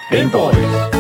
Game Boys.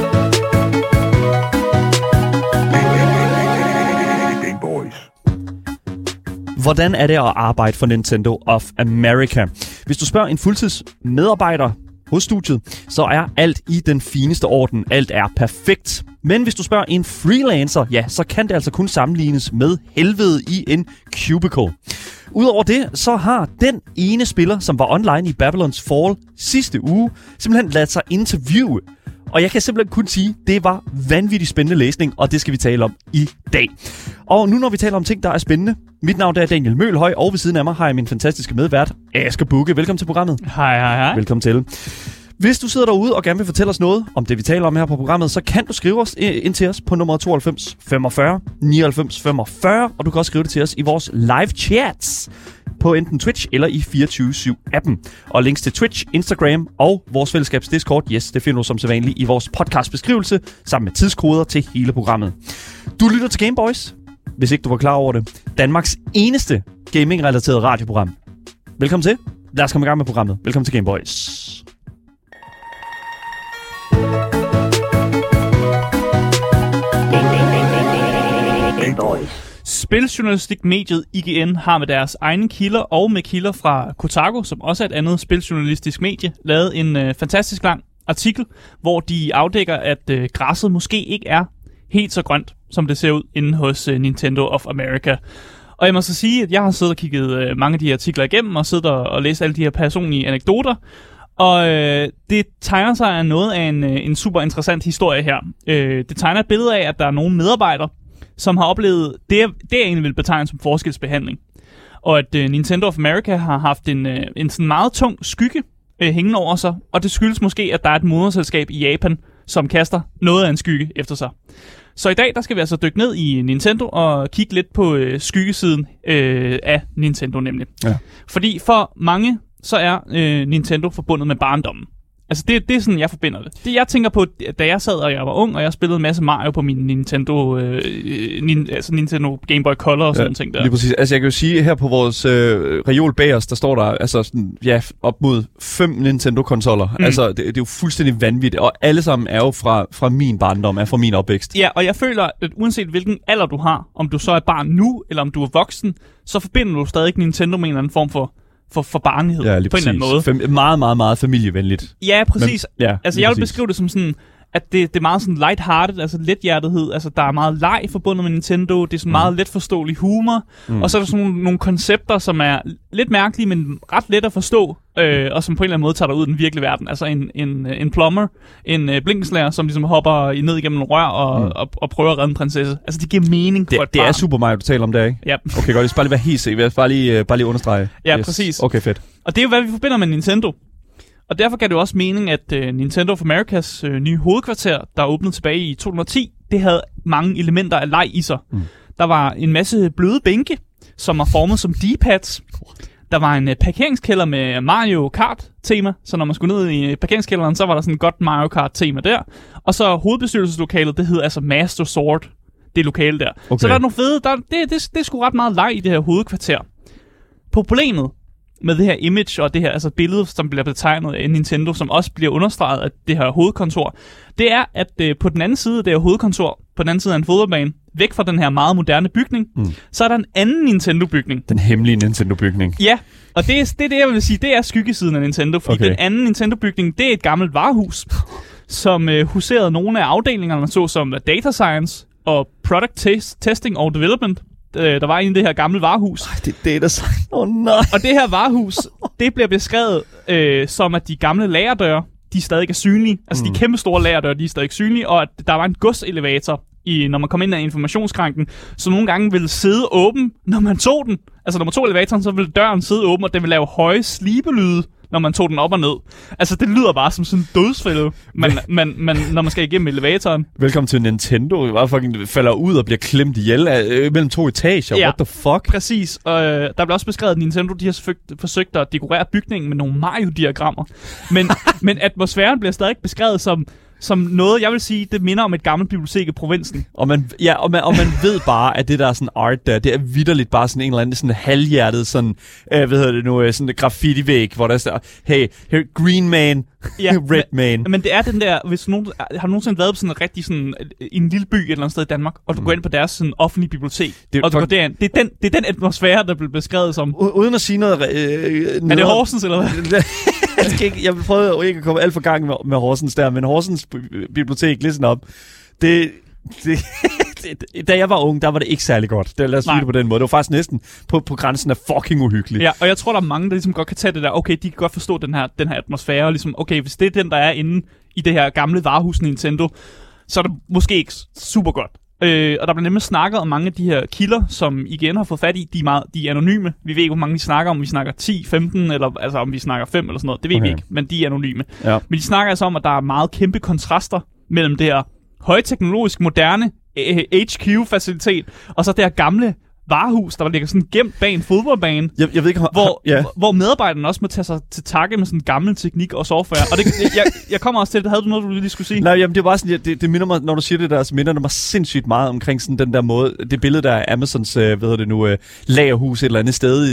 Game Boys. Hvordan er det at arbejde for Nintendo of America? Hvis du spørger en fuldtidsmedarbejder hos studiet, så er alt i den fineste orden. Alt er perfekt. Men hvis du spørger en freelancer, ja, så kan det altså kun sammenlignes med helvede i en cubicle. Udover det, så har den ene spiller, som var online i Babylon's Fall sidste uge, simpelthen ladet sig interviewe. Og jeg kan simpelthen kun sige, at det var vanvittigt spændende læsning, og det skal vi tale om i dag. Og nu når vi taler om ting, der er spændende. Mit navn er Daniel Mølhøj, og ved siden af mig har jeg min fantastiske medvært, Asger Bukke. Velkommen til programmet. Hej. Velkommen til. Hvis du sidder derude og gerne vil fortælle os noget om det, vi taler om her på programmet, så kan du skrive os ind til os på nummer 92 45 99 45, og du kan også skrive det til os i vores live chats på enten Twitch eller i 24/7-appen. Og links til Twitch, Instagram og vores fællesskabs Discord, yes, det finder du som sædvanligt i vores podcastbeskrivelse, sammen med tidskoder til hele programmet. Du lytter til Game Boys, hvis ikke du var klar over det. Danmarks eneste gaming-relateret radioprogram. Velkommen til. Lad os komme i gang med programmet. Velkommen til Game Boys. Spiljournalistik-mediet IGN har med deres egne kilder og med kilder fra Kotaku, som også er et andet spiljournalistisk medie, lavet en fantastisk lang artikel, hvor de afdækker, at græsset måske ikke er helt så grønt, som det ser ud inde hos Nintendo of America. Og jeg må så sige, at jeg har siddet og kigget mange af de her artikler igennem, og siddet og læst alle de her personlige anekdoter, og det tegner sig af noget af en super interessant historie her. Det tegner et billede af, at der er nogle medarbejdere, som har oplevet det, jeg egentlig vil betegne som forskelsbehandling. Og at Nintendo of America har haft en sådan meget tung skygge hængende over sig, og det skyldes måske, at der er et moderselskab i Japan, som kaster noget af en skygge efter sig. Så i dag, der skal vi altså dykke ned i Nintendo og kigge lidt på skyggesiden af Nintendo nemlig. Ja. Fordi for mange, så er Nintendo forbundet med barndommen. Altså, det er sådan, jeg forbinder det. Det, jeg tænker på, da jeg sad, og jeg var ung, og jeg spillede en masse Mario på min Nintendo, Nintendo Game Boy Color og sådan ting der. Lige præcis. Altså, jeg kan jo sige, her på vores reol bag os, der står der altså sådan, ja, op mod 5 Nintendo-konsoller. Altså, det er jo fuldstændig vanvittigt, og alle sammen er jo fra min barndom, er fra min opvækst. Ja, og jeg føler, at uanset hvilken alder du har, om du så er barn nu, eller om du er voksen, så forbinder du stadig Nintendo med en eller anden form for barnlighed, ja, på en eller anden måde. Meget, meget, meget familievenligt. Ja, præcis. Men, ja, altså, jeg vil beskrive det som sådan, at det er meget sådan lighthearted, altså lethjertethed. Altså, der er meget leg forbundet med Nintendo. Det er sådan meget letforståelig humor. Og så er der sådan nogle koncepter, som er lidt mærkelige, men ret let at forstå. Og som på en eller anden måde tager dig ud i den virkelige verden. Altså en plumber, en blinkenslager, som ligesom hopper ned igennem en rør og prøver at redde en prinsesse. Altså, det giver mening for et barn. Det er Super Mario, du taler om der, ikke? Ja. Okay, godt. Jeg skal bare lige være helt sikker. Bare lige understrege. Ja, yes. Præcis. Okay, fedt. Og det er jo, hvad vi forbinder med Nintendo. Og derfor gav det også mening, at Nintendo of Americas nye hovedkvarter, der åbnede tilbage i 2010, det havde mange elementer af leg i sig. Der var en masse bløde bænke, som var formet som D-pads. Der var en parkeringskælder med Mario Kart-tema, så når man skulle ned i parkeringskælderen, så var der sådan et godt Mario Kart-tema der. Og så hovedbestyrelseslokalet, det hed altså Master Sword, det lokale der. Okay. Så der er nogle fede, det er sgu ret meget leg i det her hovedkvarter. Problemet med det her image og det her altså billede, som bliver betegnet af Nintendo, som også bliver understreget af det her hovedkontor, det er, at på den anden side af det her hovedkontor, på den anden side af en fodboldbane, væk fra den her meget moderne bygning, så er der en anden Nintendo-bygning. Den hemmelige Nintendo-bygning. Ja, og det er det, jeg vil sige, det er skyggesiden af Nintendo, fordi den anden Nintendo-bygning, det er et gammelt varehus, som huserede nogle af afdelingerne, så som Data Science og Product Testing og Development, der var inde i det her gamle varehus. Det er data science. Nej. Og det her varehus, det bliver beskrevet som, at de gamle lagerdøre, de stadig er synlige. Altså de kæmpe store lagerdøre, de er stadig synlige, og at der var en godselevator, når man kom ind af informationskranken, som nogle gange ville sidde åben, når man tog den. Altså når man tog elevatoren, så ville døren sidde åben, og den ville lave høje slibelyde, når man tog den op og ned. Altså, det lyder bare som sådan en dødsfælde, når man skal igennem elevatoren. Velkommen til Nintendo. Det bare fucking falder ud og bliver klemt ihjel mellem 2 etager. Ja, what the fuck? Præcis. Og der bliver også beskrevet, at Nintendo de har forsøgt at dekorere bygningen med nogle Mario-diagrammer. Men atmosfæren bliver stadig beskrevet som som noget, jeg vil sige, det minder om et gammelt bibliotek i provinsen. Og man ved bare, at det der sådan art der, det er vitterligt bare sådan en eller anden sådan halvhjertet sådan, sådan graffiti-væg, hvor der står, hey, here, green man, red man. Men det er den der, hvis nogen har nogensinde været på sådan en rigtig sådan, en lille by et eller andet sted i Danmark, og du går ind på deres sådan offentlige bibliotek, og du går derind. Det er den atmosfære, der bliver beskrevet som. Uden at sige noget. Er det Horsens, eller hvad? Jeg vil prøve ikke at komme alt for gang med Horsens der, men Horsens bibliotek, listen op. Da jeg var ung, der var det ikke særlig godt. Lad os sige det på den måde. Det var faktisk næsten på grænsen af fucking uhyggeligt. Ja, og jeg tror, der er mange, der ligesom godt kan tage det der, okay, de kan godt forstå den her atmosfære, og ligesom, okay, hvis det er den, der er inde i det her gamle varehus Nintendo, så er det måske ikke super godt. Og der bliver nemlig snakket om mange af de her kilder, som IGN har fået fat i. De er anonyme. Vi ved ikke, hvor mange vi snakker om. Vi snakker 10, 15, eller altså om vi snakker 5 eller sådan noget. Det ved vi ikke, men de er anonyme. Ja. Men de snakker altså om, at der er meget kæmpe kontraster mellem det her højteknologisk, moderne HQ-facilitet, og så det her gamle varehus, der ligger sådan gemt bag en fodboldbane, jeg ved ikke, hvor medarbejderne også må tage sig til takke med sådan gammel teknik og software. Og jeg kommer også til det. Havde du noget, du lige skulle sige? Nej, jamen det var sådan, det minder mig, når du siger det der, så minder det mig sindssygt meget omkring sådan den der måde, det billede der er Amazons, lagerhus et eller andet sted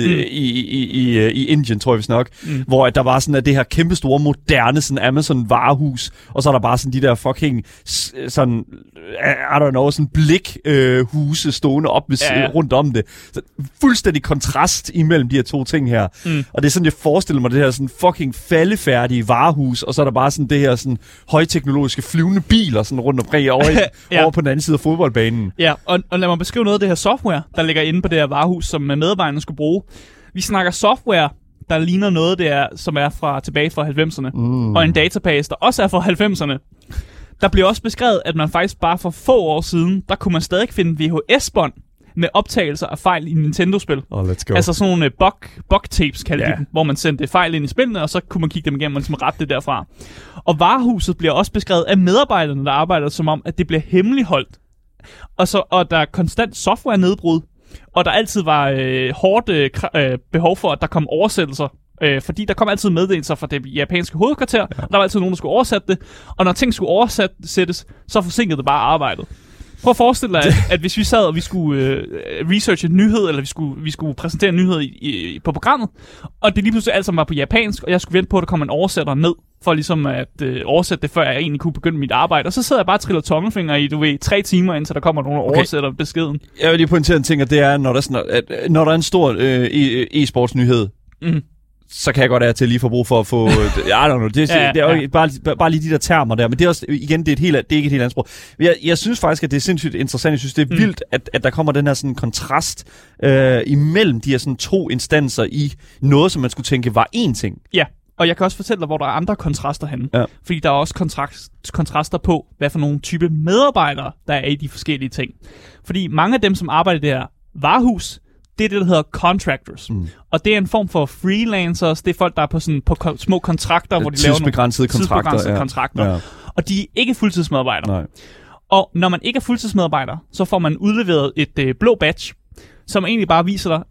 i Indien, tror jeg vist nok, hvor der var sådan det her kæmpe store, moderne sådan Amazon varehus, og så er der bare sådan de der fucking sådan, I don't know, sådan blikhuse stående op rundt om det. Så fuldstændig kontrast imellem de her to ting her. Og det er sådan, jeg forestiller mig det her sådan fucking faldefærdige varehus, og så er der bare sådan det her sådan højteknologiske flyvende biler sådan rundt omkring over på den anden side af fodboldbanen. Ja, og lad mig beskrive noget af det her software, der ligger inde på det her varehus, som medarbejderne skulle bruge. Vi snakker software, der ligner noget der, som er fra tilbage fra 90'erne, og en database, der også er fra 90'erne. Der bliver også beskrevet, at man faktisk bare for få år siden, der kunne man stadig finde VHS-bånd med optagelser af fejl i Nintendo-spil. Let's go. Altså sådan nogle bug-tapes, kaldte de dem, hvor man sendte fejl ind i spillene, og så kunne man kigge dem igennem og ligesom rette det derfra. Og varehuset bliver også beskrevet af medarbejderne, der arbejder som om, at det bliver hemmeligholdt. Og der er konstant software-nedbrud, og der altid var hårdt behov for, at der kom oversættelser. Fordi der kom altid meddelelser fra det japanske hovedkvarter, og der var altid nogen, der skulle oversætte det. Og når ting skulle oversættes, så forsinkede det bare arbejdet. Prøv at forestille dig, at hvis vi sad, og vi skulle researche en nyhed, eller vi skulle præsentere en nyhed på programmet, og det lige pludselig alt sammen var på japansk, og jeg skulle vente på, at der kom en oversætter ned, for ligesom at oversætte det, før jeg egentlig kunne begynde mit arbejde. Og så sidder jeg bare og triller tommelfinger i, 3 timer, indtil der kommer nogen og oversætter beskeden. Jeg vil lige pointere en ting, og det er, når der er en stor e-sportsnyhed, så kan jeg godt have til lige få brug for at få... I don't know, det er jo bare lige de der termer der, men det er også, igen, det er ikke et helt andet sprog. Jeg synes faktisk, at det er sindssygt interessant. Jeg synes, det er vildt, at der kommer den her sådan kontrast imellem de her sådan 2 instanser i noget, som man skulle tænke var én ting. Ja, og jeg kan også fortælle dig, hvor der er andre kontraster henne. Ja. Fordi der er også kontraster på, hvad for nogle type medarbejdere, der er i de forskellige ting. Fordi mange af dem, som arbejder i det her varehus, det er det, der hedder contractors. Og det er en form for freelancers. Det er folk, der er på små kontrakter, hvor de laver nogle tidsbegrænsede kontrakter. Ja. Og de er ikke fuldtidsmedarbejdere. Nej. Og når man ikke er fuldtidsmedarbejder, så får man udleveret et blå badge, som egentlig bare viser dig,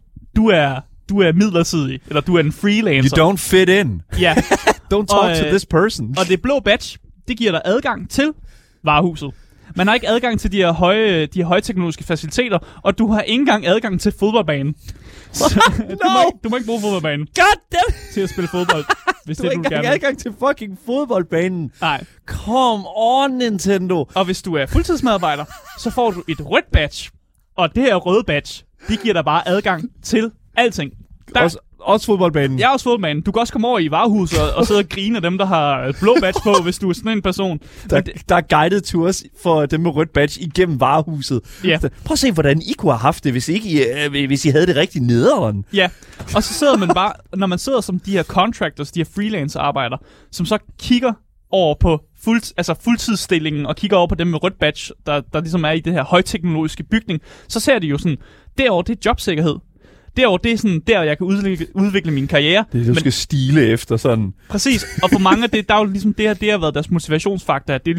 du er midlertidig, eller du er en freelancer. You don't fit in. Ja. Don't talk to this person. Og det blå badge, det giver dig adgang til varehuset. Man har ikke adgang til de her højteknologiske faciliteter, og du har ikke engang adgang til fodboldbanen. Så, du må ikke bruge fodboldbanen. Til at spille fodbold, hvis du ikke har adgang til fucking fodboldbanen. Nej. Come on, Nintendo. Og hvis du er fuldtidsmedarbejder, så får du et rødt badge. Og det her røde badge, det giver dig bare adgang til alting. Også fodboldbanen. Ja, også fodboldbanen. Du kan også komme over i varehuset og sidde og grine af dem, der har blå badge på, hvis du er sådan en person. Der er guided tours for dem med rødt badge igennem varehuset. Ja. Prøv at se, hvordan I kunne have haft det, hvis I havde det rigtige nederen. Ja, og så sidder man bare, når man sidder som de her contractors, de her freelancer-arbejdere, som så kigger over på fuldtidsstillingen og kigger over på dem med rødt badge, der ligesom er i det her højteknologiske bygning, så ser de jo sådan, derovre, det er jobsikkerhed. Derovre, det er sådan, der jeg kan udvikle min karriere. Det du skal stile efter sådan. Præcis, og for mange af det, der er jo ligesom det har været deres motivationsfaktor. Det er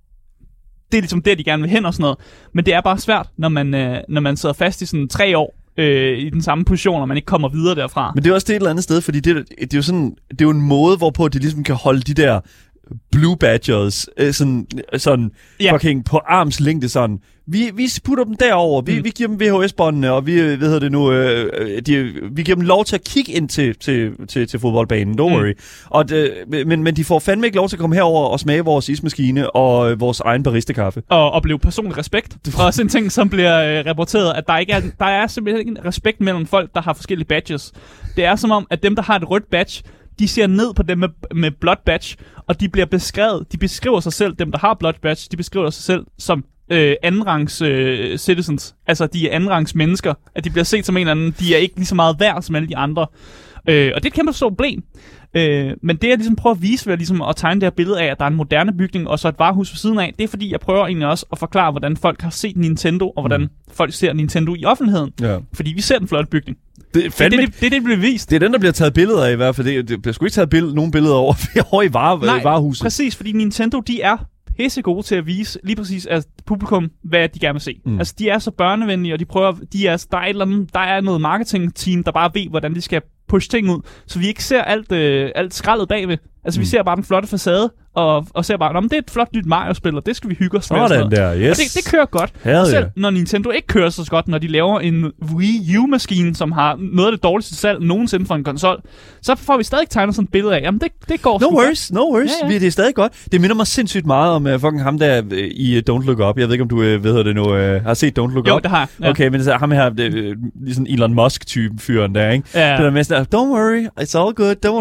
ligesom der, de gerne vil hen og sådan noget. Men det er bare svært, når man sidder fast i sådan 3 år i den samme position, og man ikke kommer videre derfra. Men det er også det et eller andet sted, fordi det er jo en måde, hvorpå de ligesom kan holde de der Blue Badgers, sådan fucking på armslængde sådan. Vi putter dem derover. Vi giver dem VHS-båndene, og vi giver dem lov til at kigge ind til fodboldbanen. Don't worry. Og men de får fandme ikke lov til at komme herover og smage vores ismaskine og vores egen barista-kaffe. Og opleve personlig respekt. Og også en ting, som bliver rapporteret, at der er simpelthen ikke en respekt mellem folk, der har forskellige badges. Det er som om, at dem, der har et rødt badge, de ser ned på dem med blåt badge, og de bliver beskrevet. De beskriver sig selv, dem der har blåt badge, de beskriver sig selv som andenrangs citizens. Altså, de er andenrangs mennesker. At de bliver set som en eller anden. De er ikke lige så meget værd som alle de andre. Og det er et kæmpe stort problem. Men det jeg ligesom prøver at vise ved ligesom at tegne det her billede af, at der er en moderne bygning og så et varehus ved siden af, det er fordi, jeg prøver egentlig også at forklare, hvordan folk har set Nintendo, og hvordan folk ser Nintendo i offentligheden. Ja. Fordi vi ser den flotte bygning. Det er det, der bliver vist. Det er den, der bliver taget billeder af i hvert fald. Det bliver sgu ikke taget nogen billeder over i varehuset. Præcis, fordi Nintendo, de er pisse gode til at vise lige præcis at publikum, hvad de gerne vil se. Altså, de er så børnevenlige, og der er noget marketing-team, der bare ved, hvordan de skal pushe ting ud, så vi ikke ser alt skraldet bagved. Altså, vi ser bare den flotte facade, og ser bare, det er et flot nyt Mario-spil, og det skal vi hygge os med. Sådan der, yes. Og det kører godt. Og selv når Nintendo ikke kører så godt, når de laver en Wii U-maskine, som har noget af det dårligste salg nogensinde for en konsol, så får vi stadig tegnet sådan et billede af, jamen det går No worries. Ja. Det er stadig godt. Det minder mig sindssygt meget om fucking ham der i Don't Look Up. Jeg ved ikke, om du ved det nu. Har set Don't Look Up? Jo, det har jeg. Ja. Okay, men ham her, ligesom Elon Musk-typen fyren der, ikke? Ja. Det der med sådan, don't worry, it's all good, don't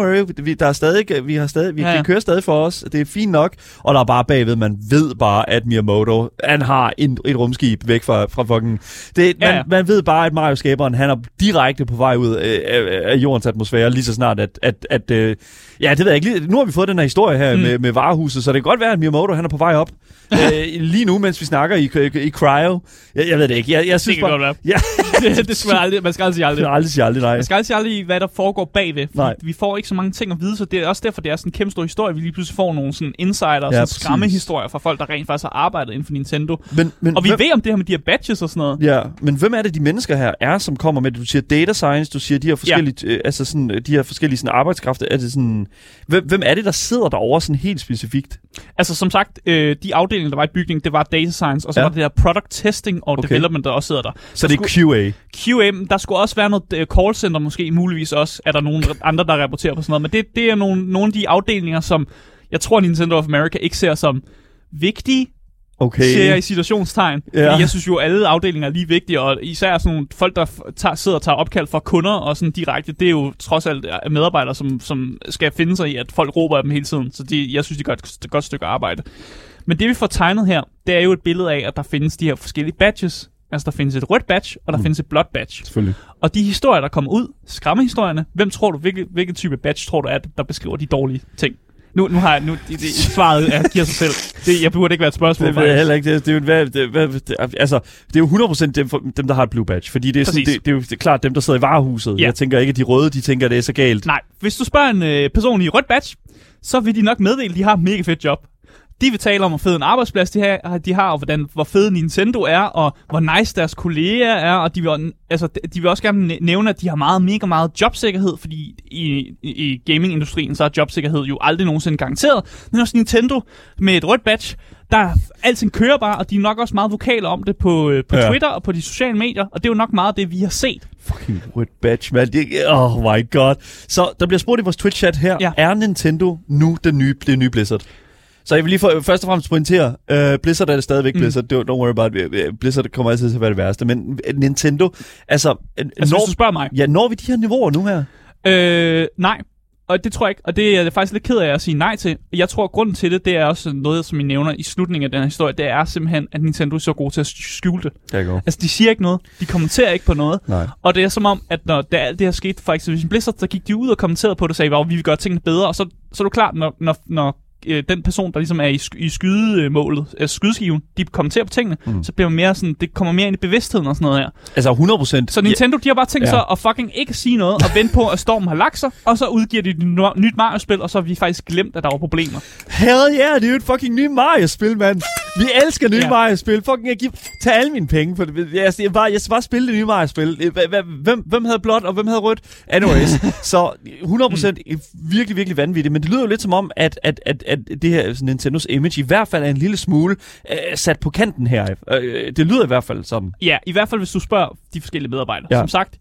worry. Vi kører stadig for os. Det er fint nok. Og der er bare bagved, man ved bare, at Miyamoto, han har et rumskib væk fra fucking... Man ved bare, at Mario-skaberen, han er direkte på vej ud af jordens atmosfære, lige så snart, at det ved jeg ikke. Nu har vi fået den her historie her med varehuset, så det kan godt være, at Miyamoto, han er på vej op. Lige nu, mens vi snakker i cryo. Jeg ved det ikke. Jeg synes det kan bare, godt være. Ja. det skal man aldrig. Man skal aldrig sige aldrig. Nej. Man skal aldrig sige aldrig, hvad der foregår bagved. Vi får ikke så mange ting at vide, så det er også derfor, det er sådan en kæmpe stor historie. Vi lige pludselig får nogle sådan insider og sådan skræmmehistorier fra folk, der rent faktisk har arbejdet inden for Nintendo. Men og vi ved om det her med de her badges og sådan noget. Ja, men hvem er det, de mennesker her er, som kommer med det? Du siger data science, du siger de her forskellige, de her forskellige sådan arbejdskræfter. Er det sådan, hvem er det, der sidder derovre sådan helt specifikt? Altså som sagt, de afdelinger, der var i bygningen, det var data science, og så var det der product testing og development, der også sidder der. Så det er QA? QA, der skulle også være noget call center måske, muligvis også, er der nogle andre, der rapporterer på sådan noget, men det er nogle af de afdelinger, som jeg tror, Nintendo of America ikke ser som vigtige, ser jeg i situationstegn. Ja. Fordi jeg synes jo, at alle afdelinger er lige vigtige, og især sådan nogle folk, der sidder og tager opkald fra kunder og sådan direkte, det er jo trods alt medarbejdere, som skal finde sig i, at folk råber af dem hele tiden. Så jeg synes, de gør et godt stykke arbejde. Men det, vi får tegnet her, det er jo et billede af, at der findes de her forskellige badges. Altså, der findes et rødt badge, og der findes et blåt badge. Selvfølgelig. Og de historier, der kommer ud, skræmmehistorierne, hvem tror du, hvilken type badge tror du er, der beskriver de dårlige ting? Nu har jeg svaret giver sig selv. Jeg burde ikke være et spørgsmål. Det er heller ikke. Det er jo 100% dem, der har et blue badge, fordi det er, sådan, det er jo klart dem, der sidder i varehuset. Ja. Jeg tænker ikke, at de røde, de tænker, at det er så galt. Nej, hvis du spørger en person i rødt badge, så vil de nok meddele, at de har et mega fedt job. De vil tale om, hvor fed en arbejdsplads de har, og hvor fed Nintendo er, og hvor nice deres kolleger er, og de vil også gerne nævne, at de har mega meget jobsikkerhed, fordi i gamingindustrien, så er jobsikkerhed jo aldrig nogensinde garanteret. Men også Nintendo med et rødt badge, der alting kører bare, og de er nok også meget vokale om det på Twitter og på de sociale medier, og det er jo nok meget det, vi har set. Fucking rødt badge, man. Oh my god. Så der bliver spurgt i vores Twitch-chat her, er Nintendo nu det nye Blizzard? Så jeg vil lige først og fremmest pointere, Blizzard er det stadigvæk Blizzard, don't worry about it. Blizzard kommer altid til at være det værste, men Nintendo, hvis du spørger mig. Ja, når vi de her niveauer nu her? Nej, og det tror jeg ikke, og det er jeg faktisk lidt ked af at sige nej til. Jeg tror, at grunden til det er også noget, som I nævner i slutningen af den her historie, det er simpelthen, at Nintendo er så god til at skjule det. Altså, de siger ikke noget, de kommenterer ikke på noget, og det er som om, at når alt det her skete for Activision Blizzard, så gik de ud og kommenterede på det og sagde, at vi vil gøre tingene bedre, og så er det klart, når den person, der ligesom er i skydemålet, skydeskiven, de kommenterer på tingene, så bliver man mere sådan, det kommer mere ind i bevidstheden og sådan noget her. Altså 100%. Så Nintendo, de har bare tænkt sig at fucking ikke sige noget, og vente på, at stormen har lagt sig, og så udgiver de et nyt Mario-spil, og så har vi faktisk glemt, at der var problemer. Hell yeah, det er jo et fucking nyt Mario-spil, mand! Vi elsker nye Mario-spil. Fucking tag alle mine penge for det. Jeg skal bare spille det nye Mario-spil. Hvem havde blåt, og hvem havde rødt? Anyways. Så 100% virkelig, virkelig vanvittigt. Men det lyder jo lidt som om, at det her Nintendos image i hvert fald er en lille smule sat på kanten her. Det lyder i hvert fald som... Ja, i hvert fald hvis du spørger de forskellige medarbejdere. Ja. Som sagt,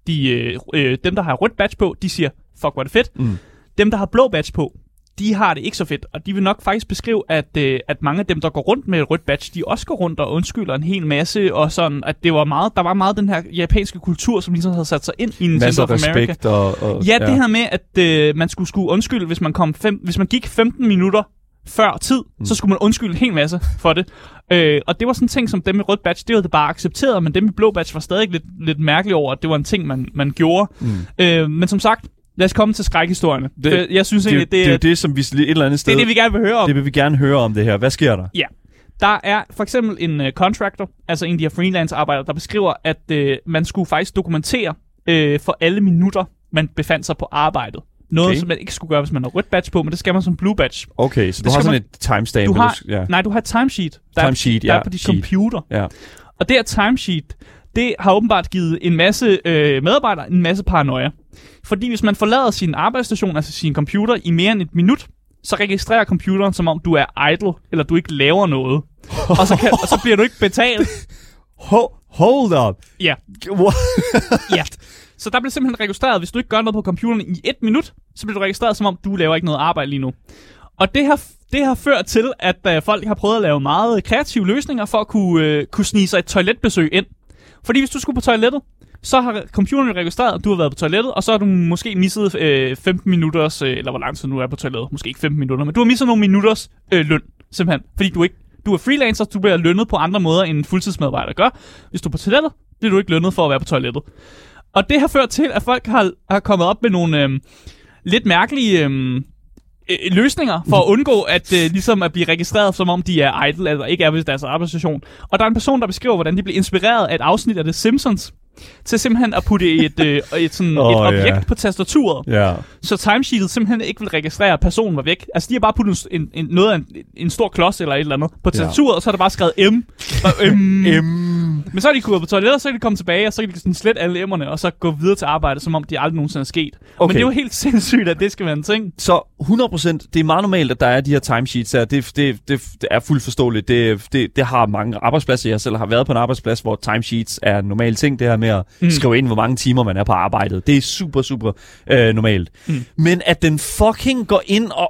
dem der har rødt badge på, de siger, fuck hvor er det fedt. Dem der har blå badge på, de har det ikke så fedt, og de vil nok faktisk beskrive, at mange af dem, der går rundt med et rødt badge, de også går rundt og undskylder en hel masse, og sådan, at der var meget den her japanske kultur, som ligesom havde sat sig ind i Nintendo of America. Respekt og det her med, at man skulle undskylde, hvis man gik 15 minutter før tid, så skulle man undskylde en hel masse for det. Og det var sådan en ting, som dem med rødt badge, det var det bare accepteret, men dem med blå badge var stadig lidt mærkeligt over, at det var en ting, man gjorde. Men som sagt, lad os komme til skrækhistorierne. Jeg synes egentlig, det er det, som vi et eller andet sted... Det er det, vi gerne vil høre om. Det vil vi gerne høre om det her. Hvad sker der? Ja. Der er for eksempel en contractor, altså en af de her freelance-arbejdere, der beskriver, at man skulle faktisk dokumentere for alle minutter, man befandt sig på arbejdet. Noget, som man ikke skulle gøre, hvis man har rødt badge på, men det skal man som blue badge. Okay, så du har sådan et timestamp? Nej, du har et timesheet. Der er på dit computer. Ja. Og det her timesheet, det har åbenbart givet en masse medarbejdere en masse paranoia. Fordi hvis man forlader sin arbejdsstation, altså sin computer, i mere end et minut, så registrerer computeren, som om du er idle, eller du ikke laver noget. og så bliver du ikke betalt. Hold up. Ja. Ja. Så der bliver simpelthen registreret, hvis du ikke gør noget på computeren i 1 minut, så bliver du registreret, som om du laver ikke noget arbejde lige nu. Og det har ført til, at folk har prøvet at lave meget kreative løsninger for at kunne snige sig et toiletbesøg ind. Fordi hvis du skulle på toilettet, så har computeren registreret, at du har været på toilettet, og så har du måske misset 15 minutters, eller hvor lang tid nu er på toilettet, måske ikke 15 minutter, men du har misset nogle minutters løn, simpelthen. Fordi du er freelancer, du bliver lønnet på andre måder, end en fuldtidsmedarbejder gør. Hvis du er på toilettet, bliver du ikke lønnet for at være på toilettet. Og det har ført til, at folk har kommet op med nogle lidt mærkelige løsninger for at undgå at ligesom at blive registreret, som om de er idle eller ikke er ved deres arbejdsstation. Og der er en person, der beskriver, hvordan de blev inspireret af et afsnit af The Simpsons til simpelthen at putte et objekt på tastaturet. Yeah. Så timesheetet simpelthen ikke vil registrere, at personen var væk. Altså, de har bare puttet en stor klods eller et eller andet på tastaturet, og så er der bare skrevet M. Men så er de gået på toilettet, så kan de komme tilbage, og så kan de sådan slette alle M'erne, og så gå videre til arbejde, som om det aldrig nogensinde er sket. Okay. Men det er jo helt sindssygt, at det skal være en ting. Så 100%, det er meget normalt, at der er de her timesheets her. Det er fuldt forståeligt. Det har mange arbejdspladser. Jeg selv har været på en arbejdsplads, hvor timesheets er en normal ting. Det her med at skrive ind, hvor mange timer man er på arbejdet. Det er super, super normalt. Men at den fucking går ind og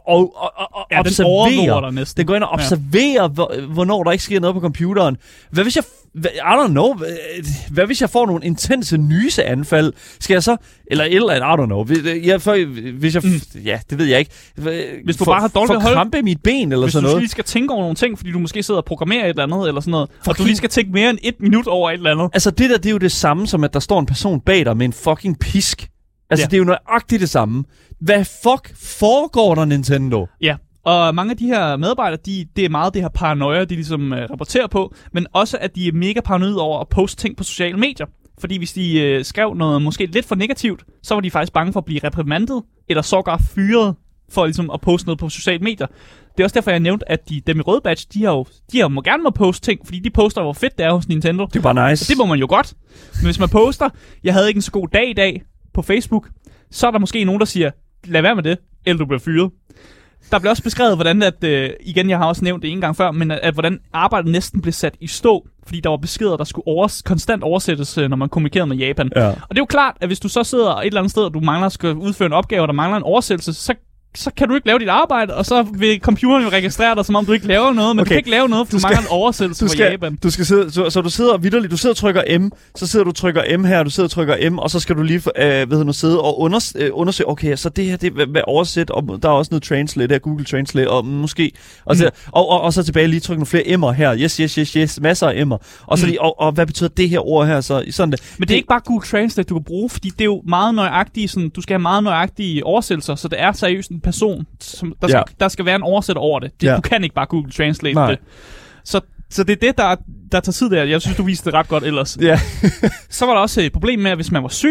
observerer. Den går ind og observerer, hvornår der ikke sker noget på computeren. Hvad hvis jeg... I don't know. Hvad hvis jeg får nogle intense nyseanfald? Skal jeg så... Eller I don't know. Hvis jeg... Ja, det ved jeg ikke. Hvis du bare har dårligt hold... krampe i mit ben eller sådan noget. Hvis du lige skal tænke over nogle ting, fordi du måske sidder og programmerer et eller andet, eller sådan noget. Og du lige skal tænke mere end 1 minut over et eller andet. Altså det er jo det samme som, at der står en person bag dig med en fucking pisk. Altså det er jo nøjagtigt det samme. Hvad fuck foregår der, Nintendo? Ja. Og mange af de her medarbejdere, det er meget det her paranoia, de ligesom rapporterer på, men også, at de er mega paranoide over at poste ting på sociale medier. Fordi hvis de skrev noget måske lidt for negativt, så var de faktisk bange for at blive reprimandet, eller sågar fyret for ligesom at poste noget på sociale medier. Det er også derfor, jeg nævnte, at dem i røde badge, de må gerne poste ting, fordi de poster, hvor fedt det er hos Nintendo. Det er bare nice. Og det må man jo godt. Men hvis man poster, jeg havde ikke en så god dag i dag på Facebook, så er der måske nogen, der siger, lad være med det, eller du bliver fyret. Der blev også beskrevet, hvordan at, igen, jeg har også nævnt det en gang før, men at hvordan arbejdet næsten blev sat i stå, fordi der var beskeder, der skulle konstant oversættes, når man kommunikerede med Japan. Ja. Og det er jo klart, at hvis du så sidder et eller andet sted, og du mangler at skal udføre en opgave, og der mangler en oversættelse, så kan du ikke lave dit arbejde, og så vil computeren jo registrere dig, som om du ikke laver noget, men du kan ikke lave noget, for du mangler en oversættelse fra Japan. Du skal sidde, så du sidder vitterligt, du sidder og trykker M, så sidder du og trykker M her, du sidder og trykker M, og så skal du lige sidde og undersøge, okay, så det her, det er oversæt, og der er også noget translate der, Google Translate, og måske, og så tilbage lige trykke nogle flere M'er her, yes, masser af M'er, og så lige, og hvad betyder det her ord her, så sådan det. Men det er ikke bare Google Translate, du kan bruge, fordi det er jo meget nøjagtige, sådan, du skal have meget nøjagtige oversættelser, så det er seriøst en person, som der skal være en oversætter over det. Du kan ikke bare Google Translate det. Så det er det, der tager tid der. Jeg synes, du viste det ret godt ellers. Ja. Så var der også et problem med, at hvis man var syg,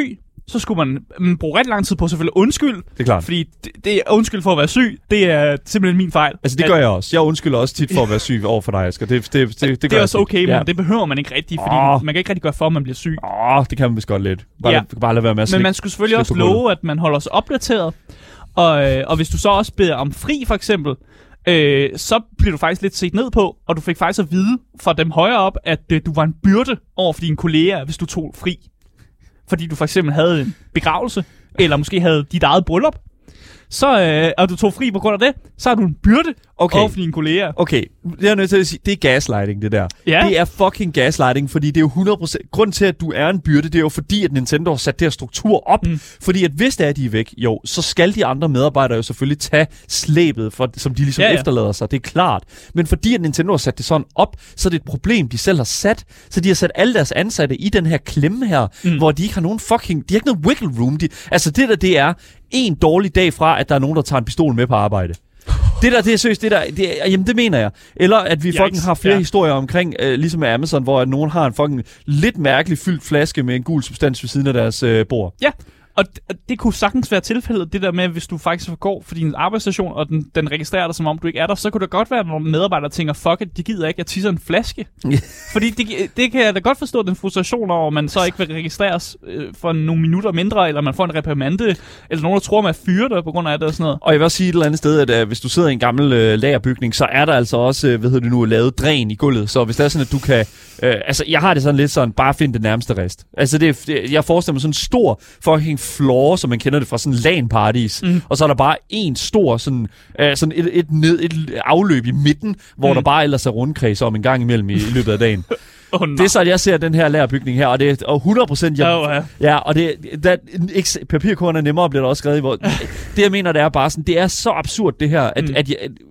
så skulle man bruge ret lang tid på selvfølgelig undskyld. Det er klart. Fordi det er undskyld for at være syg, det er simpelthen min fejl. Altså det gør jeg også. Jeg undskylder også tit for at være syg over for dig, Asger. Det er også okay, men det behøver man ikke rigtigt, fordi man kan ikke rigtig gøre for, at man bliver syg. Det kan man vist godt lidt. Bare lade være med at men man skulle selvfølgelig også love, at man holder sig opdateret. Og hvis du så også beder om fri, for eksempel, så bliver du faktisk lidt set ned på, og du fik faktisk at vide fra dem højere op, at du var en byrde over for dine kolleger, hvis du tog fri. Fordi du for eksempel havde en begravelse, eller måske havde dit eget bryllup, og du tog fri på grund af det, så er du en byrde over for dine kolleger. Okay, det er nødt til at sige, det er gaslighting, det der. Ja. Det er fucking gaslighting, fordi det er jo 100%... Grund til, at du er en byrde, det er jo fordi, at Nintendo har sat det her struktur op. Fordi at hvis det er, de er væk, så skal de andre medarbejdere jo selvfølgelig tage slæbet, som de ligesom efterlader sig. Det er klart. Men fordi at Nintendo har sat det sådan op, så er det et problem, de selv har sat. Så de har sat alle deres ansatte i den her klemme her, hvor de ikke har nogen fucking... De har ikke noget wiggle room. Det er en dårlig dag fra, at der er nogen, der tager en pistol med på arbejde. Det er seriøst, jamen det mener jeg. Eller at vi fucking har flere historier omkring, ligesom med Amazon, hvor at nogen har en fucking lidt mærkelig fyldt flaske med en gul substans ved siden af deres bord. Ja, og det kunne sagtens være tilfældet, det der med, hvis du faktisk går for din arbejdsstation, og den registrerer dig, som om du ikke er der, så kunne det godt være, at nogle medarbejdere tænker, fuck it, de gider ikke, jeg tisser en flaske. Fordi det kan jeg da godt forstå, den frustration over, at man så ikke vil registreres for nogle minutter mindre, eller man får en reprimande, eller nogen, der tror, man fyrer dig på grund af det og sådan noget. Og jeg vil også sige et eller andet sted, at hvis du sidder i en gammel lagerbygning, så er der altså også, lavet dræn i gulvet. Så hvis det er sådan, at du kan... jeg har det sådan lidt sådan, bare find det nærmeste rest. Altså, jeg forestiller mig sådan en stor fucking floor, som man kender det fra sådan LAN-parties, og så er der bare en stor sådan et afløb i midten, hvor der bare ellers er rundkredser om en gang imellem i løbet af dagen. Det er så, at jeg ser den her lærerbygning her, og det er 100%... Ja, og papirkorn er nemmere, bliver der også skrevet i. Hvor, det, jeg mener, det er bare sådan, det er så absurd, det her, at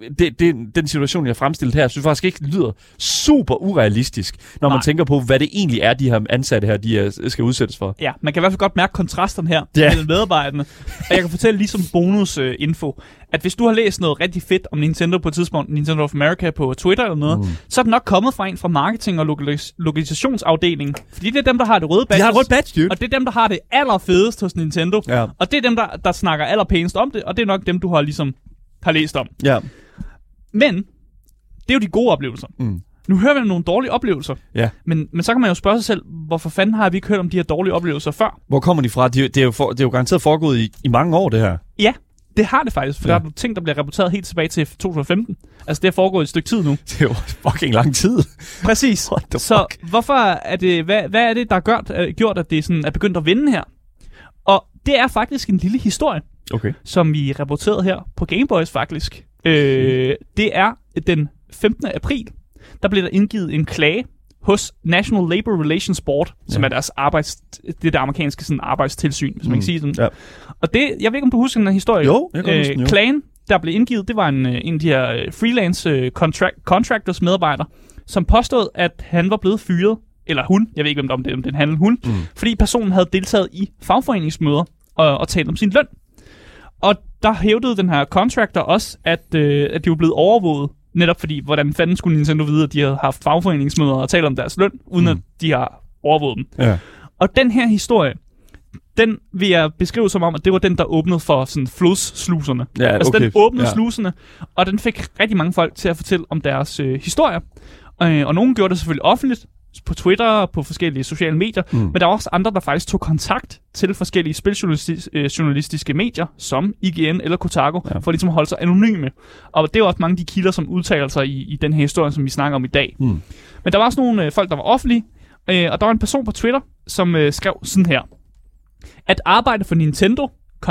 den situation, jeg har fremstillet her, synes faktisk ikke lyder super urealistisk, når man tænker på, hvad det egentlig er, de her ansatte her, de skal udsættes for. Ja, man kan i hvert fald godt mærke kontrasterne her mellem medarbejderne. Og jeg kan fortælle ligesom bonusinfo, at hvis du har læst noget rigtig fedt om Nintendo på et tidspunkt, Nintendo of America på Twitter eller noget, så er det nok kommet fra en fra marketing- og lokalisationsafdelingen. Fordi det er dem, der har det røde badge. De har et rødt badge, dude. Og det er dem, der har det allerfedest hos Nintendo. Ja. Og det er dem, der snakker allerpænest om det, og det er nok dem, du har læst om. Ja. Men det er jo de gode oplevelser. Nu hører vi om nogle dårlige oplevelser. Ja. Men så kan man jo spørge sig selv, hvorfor fanden har vi ikke hørt om de her dårlige oplevelser før? Hvor kommer de fra? Det er jo garanteret foregået i mange år, det her. Ja. Det har det faktisk, for der er nogle ting, der bliver rapporteret helt tilbage til 2015. Altså, det er foregået et stykke tid nu. Det er jo fucking lang tid. Præcis. Så hvorfor er det, hvad er det, der har gjort, at det sådan er begyndt at vinde her? Og det er faktisk en lille historie, som vi rapporterede her på Gameboys faktisk. Det er den 15. april, der blev der indgivet en klage hos National Labor Relations Board, som er deres det amerikanske sådan arbejdstilsyn, hvis man kan sige sådan. Ja. Og det, jeg ved ikke, om du husker den her historie. Jo, jeg kan huske den, jo. Klagen, der blev indgivet, det var en af de her freelance contractors medarbejder, som påstod, at han var blevet fyret, eller hun, jeg ved ikke, om det er en handel hun, fordi personen havde deltaget i fagforeningsmøder og talt om sin løn. Og der hævdede den her contractor også, at de var blevet overvåget, netop fordi, hvordan fanden skulle Nintendo vide, at de havde haft fagforeningsmøder og talt om deres løn, uden at de har overvåget dem. Ja. Og den her historie, den vil jeg beskrive som om, at det var den, der åbnede for sådan flodssluserne. Ja, okay. Altså den åbnede sluserne, og den fik rigtig mange folk til at fortælle om deres historier. Og nogen gjorde det selvfølgelig offentligt, på Twitter og på forskellige sociale medier, men der var også andre, der faktisk tog kontakt til forskellige spiljournalistiske medier, som IGN eller Kotaku, for ligesom at holde sig anonyme. Og det er også mange af de kilder, som udtaler sig i den her historie, som vi snakker om i dag. Men der var også nogle folk, der var offentlige, og der var en person på Twitter, som skrev sådan her: at arbejde for Nintendo,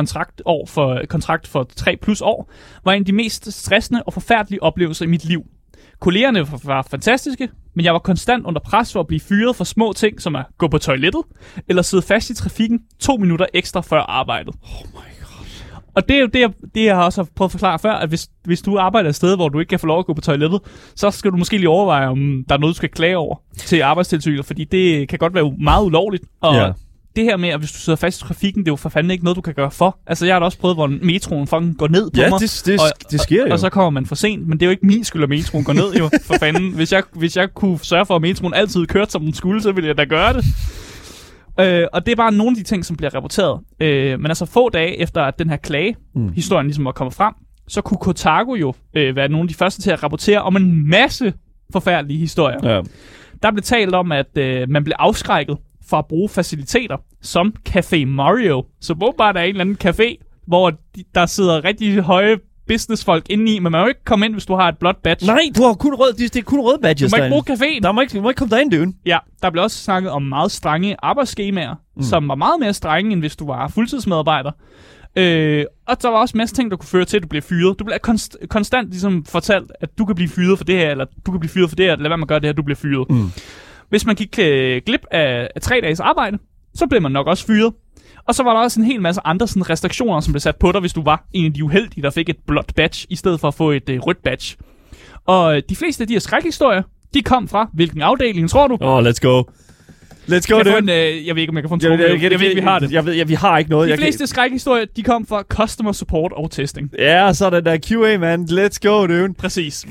kontrakt for 3+ år, var en af de mest stressende og forfærdelige oplevelser i mit liv. Kollegerne var fantastiske, men jeg var konstant under pres for at blive fyret for små ting, som at gå på toilettet, eller sidde fast i trafikken 2 minutter ekstra før arbejdet. Oh my god. Og det er jo det, jeg har også prøvet at forklare før, at hvis du arbejder et sted, hvor du ikke kan få lov at gå på toilettet, så skal du måske lige overveje, om der er noget, du skal klage over til arbejdstilsynet, fordi det kan godt være meget ulovligt. Og det her med, at hvis du sidder fast i trafikken, det er jo for fanden ikke noget, du kan gøre for. Altså, jeg har da også prøvet, hvor metroen fucking går ned på mig. Det sker jo. Og så kommer man for sent, men det er jo ikke min skyld, at metroen går ned, jo, for fanden. Hvis jeg kunne sørge for, at metroen altid kørte, som den skulle, så ville jeg da gøre det. Og det er bare nogle af de ting, som bliver rapporteret. Men altså få dage efter, at den her klage-historien ligesom var kommet frem, så kunne Kotaku jo være nogle af de første til at rapportere om en masse forfærdelige historier. Ja. Der blev talt om, at man blev afskrækket fra at bruge faciliteter som Café Mario. Så hvor bare der er en eller anden café, hvor der sidder rigtig høje businessfolk inde i, men man må ikke komme ind, hvis du har et blåt badge. Nej, du har kun det er kun røde badges. Du må ikke bruge caféen. Du må ikke komme derind, dude. Ja, der blev også snakket om meget strenge arbejdsskemaer, som var meget mere strenge, end hvis du var fuldtidsmedarbejder. Og der var også en masse ting, der kunne føre til, at du blev fyret. Du blev konstant ligesom fortalt, at du kan blive fyret for det her, eller du kan blive fyret for det her, lad være med at gøre det her, du bliver fyret. Hvis man gik glip af 3 dages arbejde, så blev man nok også fyret. Og så var der også en hel masse andre sådan, restriktioner, som blev sat på dig, hvis du var en af de uheldige, der fik et blåt badge, i stedet for at få et rødt badge. Og de fleste af de her skrækhistorier, de kom fra hvilken afdeling, tror du? Let's go. Let's go, jeg ved ikke, om jeg kan få en trumle. Jeg ved ikke, vi har det. Vi har ikke noget. De fleste skrækhistorier, de kom fra customer support og testing. Ja, så er der QA, man. Let's go, dude. Præcis.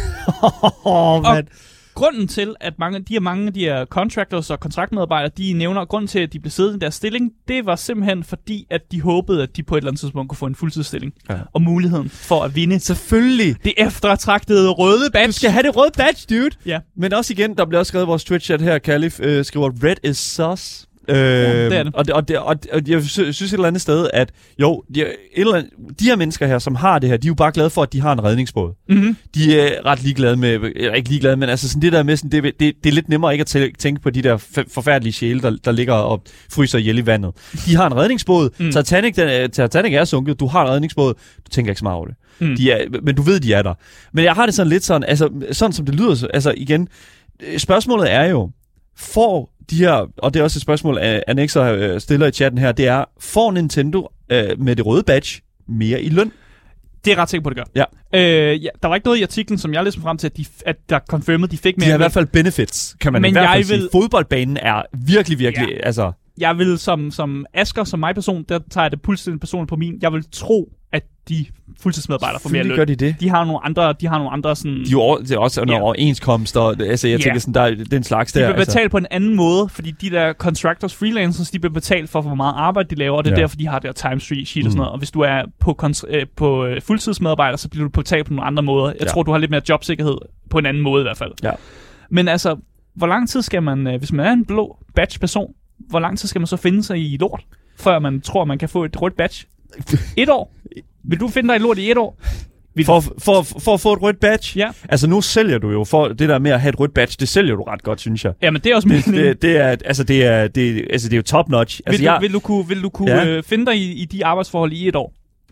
Man. Grunden til, at mange af de her contractors og kontraktmedarbejdere, de nævner, grunden til, at de blev siddende i deres stilling, det var simpelthen fordi, at de håbede, at de på et eller andet tidspunkt kunne få en fuldtidsstilling. Ja. Og muligheden for at vinde. Selvfølgelig. Det eftertragtede røde badge. Du skal have det røde badge, dude. Ja. Men også igen, der bliver også skrevet i vores Twitch-chat her, Calif skriver, red is sus. Ja, det er det. Og jeg synes et eller andet sted, at jo, de her mennesker her, som har det her, de er jo bare glade for, at de har en redningsbåd. Mm-hmm. De er ret ligeglade med, ikke ligeglade, men altså sådan det der med, sådan, det er lidt nemmere ikke at tænke på de der forfærdelige sjæle, der ligger og fryser ihjel i vandet. De har en redningsbåd. Titanic er sunket, du har en redningsbåd, du tænker ikke så meget over det. Men du ved, de er der. Men jeg har det sådan lidt sådan, altså sådan som det lyder, altså igen, spørgsmålet er jo, får de her, og det er også et spørgsmål, Annexer stiller i chatten her, det er, får Nintendo med det røde badge mere i løn? Det er ret sikker på, det gør. Ja. Der var ikke noget i artiklen, som jeg læste frem til, at der confirmed, de fik mere. De har i hvert fald benefits, kan man i hvert fald sige. Fodboldbanen er virkelig, altså... Jeg vil som Asger, som mig person, der tager jeg det fuldstændig personligt på min, jeg vil tro, at de fuldtidsmedarbejdere får mere løn. Gør de det? De har nogle andre sådan... Det er også nogle overenskomster, altså jeg tænker sådan, der er den slags der. De bliver betalt på en anden måde, fordi de der contractors, freelancers, de bliver betalt for, hvor meget arbejde de laver, og det er derfor, de har der time sheet og sådan noget. Og hvis du er på fuldtidsmedarbejder, så bliver du betalt på nogle andre måder. Jeg tror, du har lidt mere jobsikkerhed på en anden måde i hvert fald. Ja. Men altså, hvor lang tid skal man, hvis man er en blå badge-person, hvor lang tid skal man så finde sig i lort, før man tror, man kan få et rødt badge? 1 år? Vil du finde dig i lort i 1 år? For at få et rødt badge? Ja. Altså nu sælger du jo, for det der med at have et rødt badge, det sælger du ret godt, synes jeg. Ja, men det er også meningen. Det er jo top notch. Altså, vil du kunne finde dig i de arbejdsforhold i 1 år?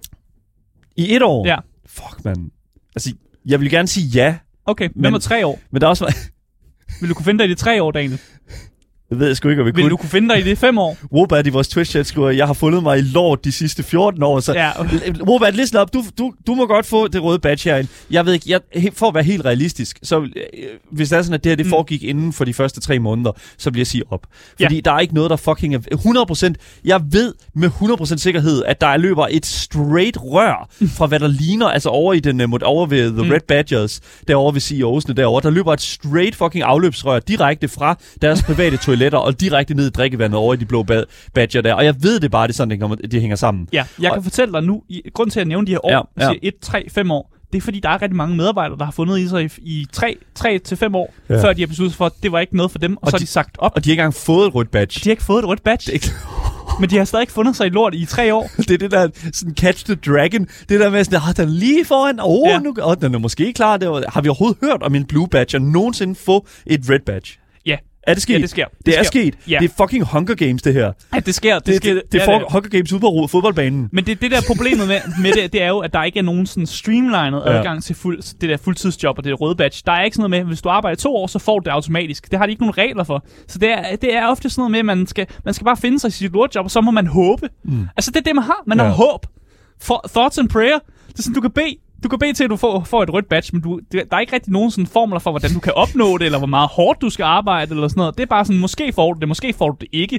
I 1 år? Ja. Fuck, man. Altså, jeg vil gerne sige ja. Okay, men 3 år? Men der er også... Vil du kunne finde dig i de 3 år, Daniel? Det ved jeg sgu ikke, om vi kunne. Vil du kunne finde dig i de 5 år? Wobat i vores Twitch-chat skriver, jeg har fundet mig i lort de sidste 14 år. Så Wobat, listen op. Du må godt få det røde badge herinde. Jeg ved ikke, for at være helt realistisk, så hvis det er sådan, at det her det foregik inden for de første 3 måneder, så bliver jeg sige op. Fordi der er ikke noget, der fucking er 100%. Jeg ved med 100% sikkerhed, at der løber et straight rør fra hvad der ligner, altså over i den over ved The Red Badgers, derovre ved CEO'sne derovre. Der løber et straight fucking afløbsrør direkte fra deres private toiletter og direkte ned i drikkevandet over i de blå badger der. Og jeg ved det bare, det er sådan, det hænger sammen. Ja, jeg kan fortælle dig nu, grund til at nævne de her år, siger 1, 3, 5 år, det er fordi, der er rigtig mange medarbejdere, der har fundet i sig i 3 til 5 år, før de har besluttet for, at det var ikke noget for dem, og så har de sagt op. Og de har ikke engang fået et rødt badge. De har ikke fået et rødt badge. Men de har stadig ikke fundet sig i lort i 3 år. Det er det der, sådan catch the dragon. Det der med sådan, den lige foran. Nu, den er måske klar. Har vi overhovedet hørt om en blue badge, og nogensinde få et red badge? Ja. Er det sket? Ja, det sker. Det er sket. Ja. Det er fucking Hunger Games, det her. Ja, det sker. Det er Hunger Games ude på fodboldbanen. Men det der problemet med det er jo, at der ikke er nogen sådan streamlinet adgang til det der fuldtidsjob og det røde badge. Der er ikke sådan noget med, hvis du arbejder 2 år, så får du det automatisk. Det har de ikke nogen regler for. Så det er ofte sådan noget med, at man skal bare finde sig i sit lortjob, og så må man håbe. Altså det er det, man har. Man har håb. Thoughts and prayer. Det er sådan, du kan bede til, at du får et rødt badge, men der er ikke rigtig nogen sådan formler for, hvordan du kan opnå det, eller hvor meget hårdt du skal arbejde, eller sådan noget. Det er bare sådan, måske får du det, måske får du det ikke.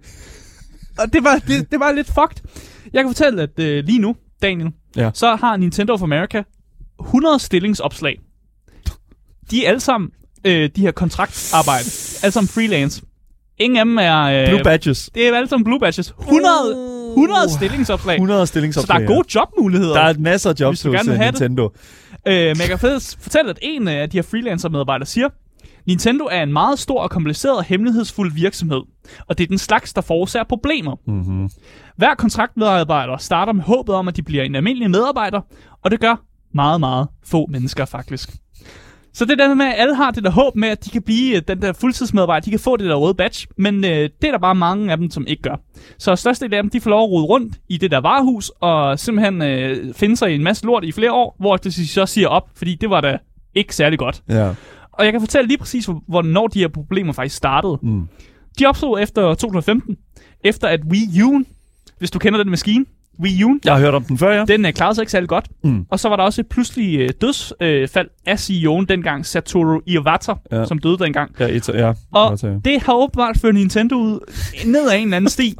Og det var lidt fucked. Jeg kan fortælle, at lige nu, Daniel, så har Nintendo of America 100 stillingsopslag. De er alle sammen de her kontraktarbejde. Alle sammen freelance. Ingen af dem er... Blue badges. Det er alle sammen blue badges. 100 stillingsopslag. 100 stillingsopslag. Så der er gode jobmuligheder. Der er masser af jobs hos Nintendo. Men jeg kan fortælle, at en af de her freelancer-medarbejdere siger, Nintendo er en meget stor og kompliceret og hemmelighedsfuld virksomhed, og det er den slags, der forårsager problemer. Mm-hmm. Hver kontraktmedarbejder starter med håbet om, at de bliver en almindelig medarbejder, og det gør meget, meget få mennesker faktisk. Så det er det med, at alle har det der håb med, at de kan blive den der fuldtidsmedarbejder, de kan få det der røde badge, men det er der bare mange af dem, som ikke gør. Så størstedelen af dem, de får lov at rode rundt i det der varehus, og simpelthen finde sig i en masse lort i flere år, hvor de så siger op, fordi det var da ikke særlig godt. Ja. Og jeg kan fortælle lige præcis, hvornår de her problemer faktisk startede. Mm. De opstod efter 2015, efter at Wii U'en, hvis du kender den maskine, Wii U'en. Jeg har hørt om den før, ja. Den klarede sig ikke særlig godt. Mm. Og så var der også et pludseligt dødsfald af CEO'en dengang, Satoru Iwata, som døde dengang. Og det har åbenbart ført Nintendo ud ned ad en eller anden sti,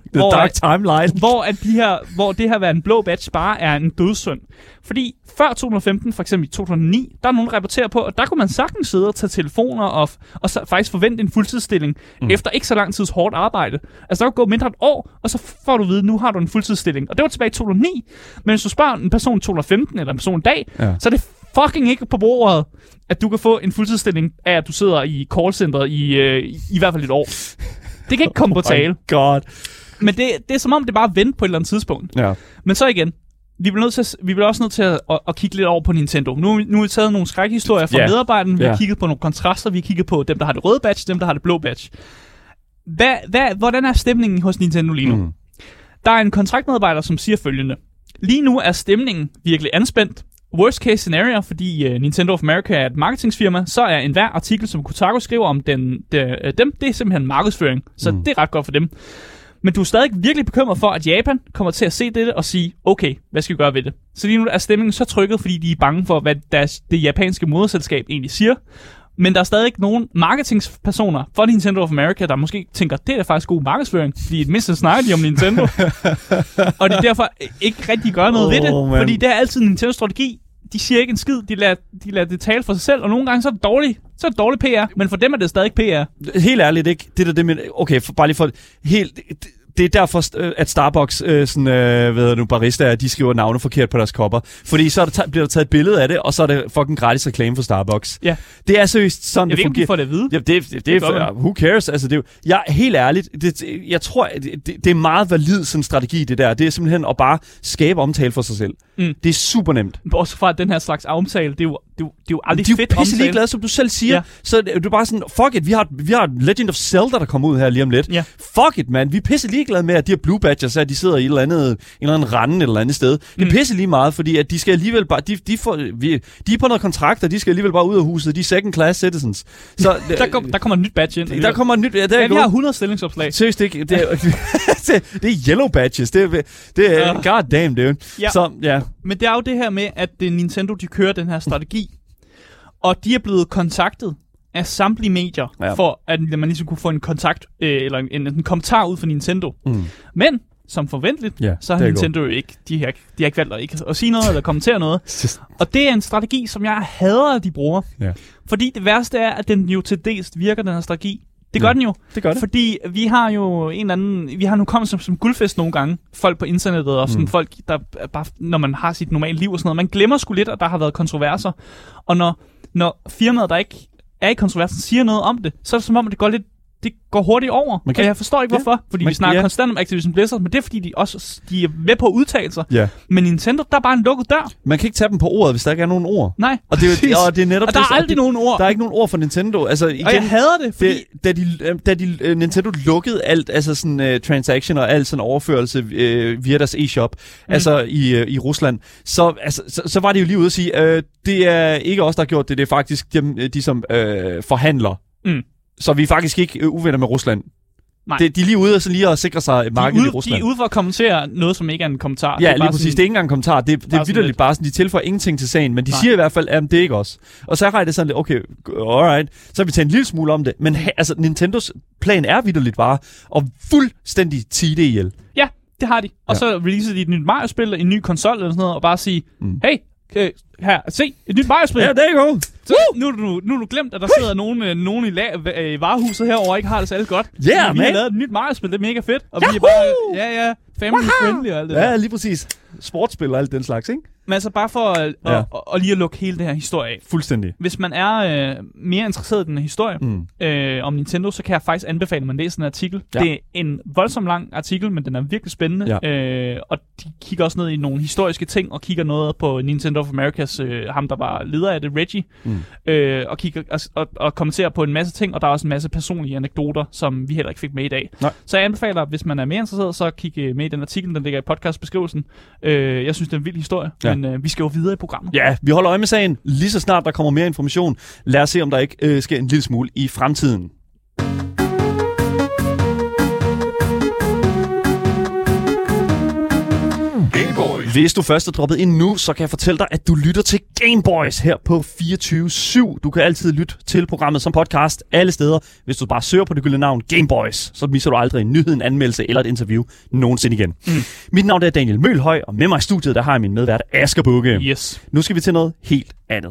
hvor det her være en blå badge bare er en dødssynd. Fordi før 2015, for eksempel i 2009, der er nogen, der rapporterer på, at der kunne man sagtens sidde og tage telefoner og så faktisk forvente en fuldtidsstilling efter ikke så lang tids hårdt arbejde. Altså der kunne gå mindre et år, og så får du at vide, nu har du en fuldtidsstilling. Og det var tilbage i 2009. Men hvis du spørger en person i 2015 eller en person i dag, så er det fucking ikke på bordet, at du kan få en fuldtidsstilling af, at du sidder i callcenteret i hvert fald et år. Det kan ikke komme på tale. God. Men det er som om, det bare venter på et eller andet tidspunkt. Ja. Men så igen, vi bliver også nødt til at kigge lidt over på Nintendo. Nu har vi taget nogle skrækhistorier fra medarbejderne, vi har kigget på nogle kontraster, vi har kigget på dem, der har det røde badge, dem, der har det blå badge. Hvordan er stemningen hos Nintendo lige nu? Mm. Der er en kontraktmedarbejder, som siger følgende. Lige nu er stemningen virkelig anspændt. Worst case scenario, fordi Nintendo of America er et marketingsfirma, så er enhver artikel, som Kotaku skriver om dem, det er simpelthen markedsføring. Så det er ret godt for dem. Men du er stadig virkelig bekymret for, at Japan kommer til at se det og sige, okay, hvad skal vi gøre ved det? Så lige nu er stemningen så trykket, fordi de er bange for, hvad det japanske moderselskab egentlig siger. Men der er stadig nogen marketingspersoner for Nintendo of America, der måske tænker, det er faktisk god markedsføring, fordi i det mindste snakker de om Nintendo. Og de derfor ikke rigtig gør noget ved det, man. Fordi det er altid Nintendos strategi. De siger ikke en skid, de lader det tale for sig selv, og nogle gange så er det dårligt PR, men for dem er det stadig PR. Helt ærligt, ikke? Det med, okay, bare lige for helt... Det er derfor, at Starbucks baristaer, de skriver navne forkert på deres kopper. Fordi så bliver der taget et billede af det, og så er det fucking gratis reklame for Starbucks. Ja. Det er seriøst sådan, det fungerer. Jeg ved ikke, hvorfor det at vide. Det er who cares? Altså, det er helt ærligt. Jeg tror, det er meget valid sådan en strategi, det der. Det er simpelthen at bare skabe omtale for sig selv. Mm. Det er super nemt. Også fra den her slags omtale, det er jo aldrig fedt omtale. De er jo pisse ligeglade, som du selv siger. Ja. Så det er bare sådan, fuck it, vi har Legend of Zelda, der kommer ud her lige om lidt. Ja. Fuck it, man. Vi er pisse ligeglade med, at de her blue badgers, at de sidder i en eller anden rande et eller andet sted. Det er pisse lige meget, fordi at de skal alligevel bare, de er på noget kontrakt, og de skal alligevel bare ud af huset. De er second class citizens. Så, der kommer et nyt badge ind. Der kommer et nyt, ja, vi har 100 stillingsopslag. Seriøst ikke. Det er yellow badges. Det er god damn, dude. Ja. Så, ja. Men det er jo det her med, at Nintendo, de kører den her strategi, og de er blevet kontaktet af samtlige medier, for at man ligesom kunne få en kontakt, eller en kommentar ud fra Nintendo. Mm. Men, som forventeligt, så har Nintendo jo ikke, de har ikke valgt at sige noget, eller kommentere noget. Og det er en strategi, som jeg hader, at de bruger. Ja. Fordi det værste er, at den jo til dels virker, den her strategi. Det gør den jo. Det gør det. Fordi vi har jo vi har nu kommet som guldfest nogle gange, folk på internettet, og sådan folk, der bare, når man har sit normale liv og sådan noget, man glemmer sgu lidt, at der har været kontroverser. Og når firmaet, der ikke er i kontroversen, siger noget om det, så er det som om, det går hurtigt over. Og jeg forstår ikke, hvorfor. Fordi vi snakker konstant om Activision Blizzard, men det er fordi, de er med på at udtale sig. Yeah. Men Nintendo, der er bare en lukket dør. Man kan ikke tage dem på ordet, hvis der ikke er nogen ord. Nej. Og det er netop og der er aldrig nogen ord. Der er ikke nogen ord for Nintendo. Altså, igen, og jeg hader det, fordi... Da Nintendo lukkede alt, altså sådan transaction og alt sådan overførelse via deres e-shop, altså i Rusland, så var det jo lige ude at sige, det er ikke os, der har gjort det, det er faktisk de som forhandler. Mm. Så vi er faktisk ikke uvenner med Rusland. Nej. De er lige ude og så lige at sikre sig markedet i Rusland. De er ude for at kommentere noget, som ikke er en kommentar. Ja, lige præcis. Sådan, det er ikke engang en kommentar. Det er vitterligt bare sådan, de tilføjer ingenting til sagen, men de siger i hvert fald, at det er ikke os. Og så er det sådan lidt, okay, alright, så har vi taget en lille smule om det. Men altså, Nintendos plan er vitterligt bare at fuldstændig tige det ihjel. Ja, det har de. Og så releaser de et nyt Mario-spil, en ny konsol eller sådan noget, og bare sige, hey, her, se, et nyt Mario-spil. Ja, there you go. Så nu er du glemt, at der sidder nogen i varehuset herovre og ikke har det særlig godt. Yeah, vi har lavet et nyt Mario-spil, det er mega fedt. Og vi er bare, family friendly og alt det der. Ja, lige præcis. Sportsspil og alt den slags, ikke? Men altså bare for at lige at lukke hele det her historie af. Fuldstændig. Hvis man er mere interesseret i den her historie om Nintendo, så kan jeg faktisk anbefale, at man læser den artikel. Ja. Det er en voldsomt lang artikel, men den er virkelig spændende. Ja. Og de kigger også ned i nogle historiske ting, og kigger noget på Nintendo of Americas, ham der var leder af det, Reggie, og kigger og kommenterer på en masse ting, og der er også en masse personlige anekdoter, som vi heller ikke fik med i dag. Nej. Så jeg anbefaler, hvis man er mere interesseret, så kig med i den artikel, den ligger i podcastbeskrivelsen. Jeg synes, det er en vild historie. Ja. Men vi skal jo videre i programmet. Ja, vi holder øje med sagen. Lige så snart der kommer mere information, lad os se, om der ikke sker en lille smule i fremtiden. Hvis du først er droppet ind nu, så kan jeg fortælle dig, at du lytter til Gameboys her på 24/7. Du kan altid lytte til programmet som podcast alle steder. Hvis du bare søger på det gyldne navn Gameboys, så misser du aldrig en nyhed, en anmeldelse eller et interview nogensinde igen. Mit navn er Daniel Mølhøj, og med mig i studiet, der har jeg min medvært Asger Bukke. Yes. Nu skal vi til noget helt andet.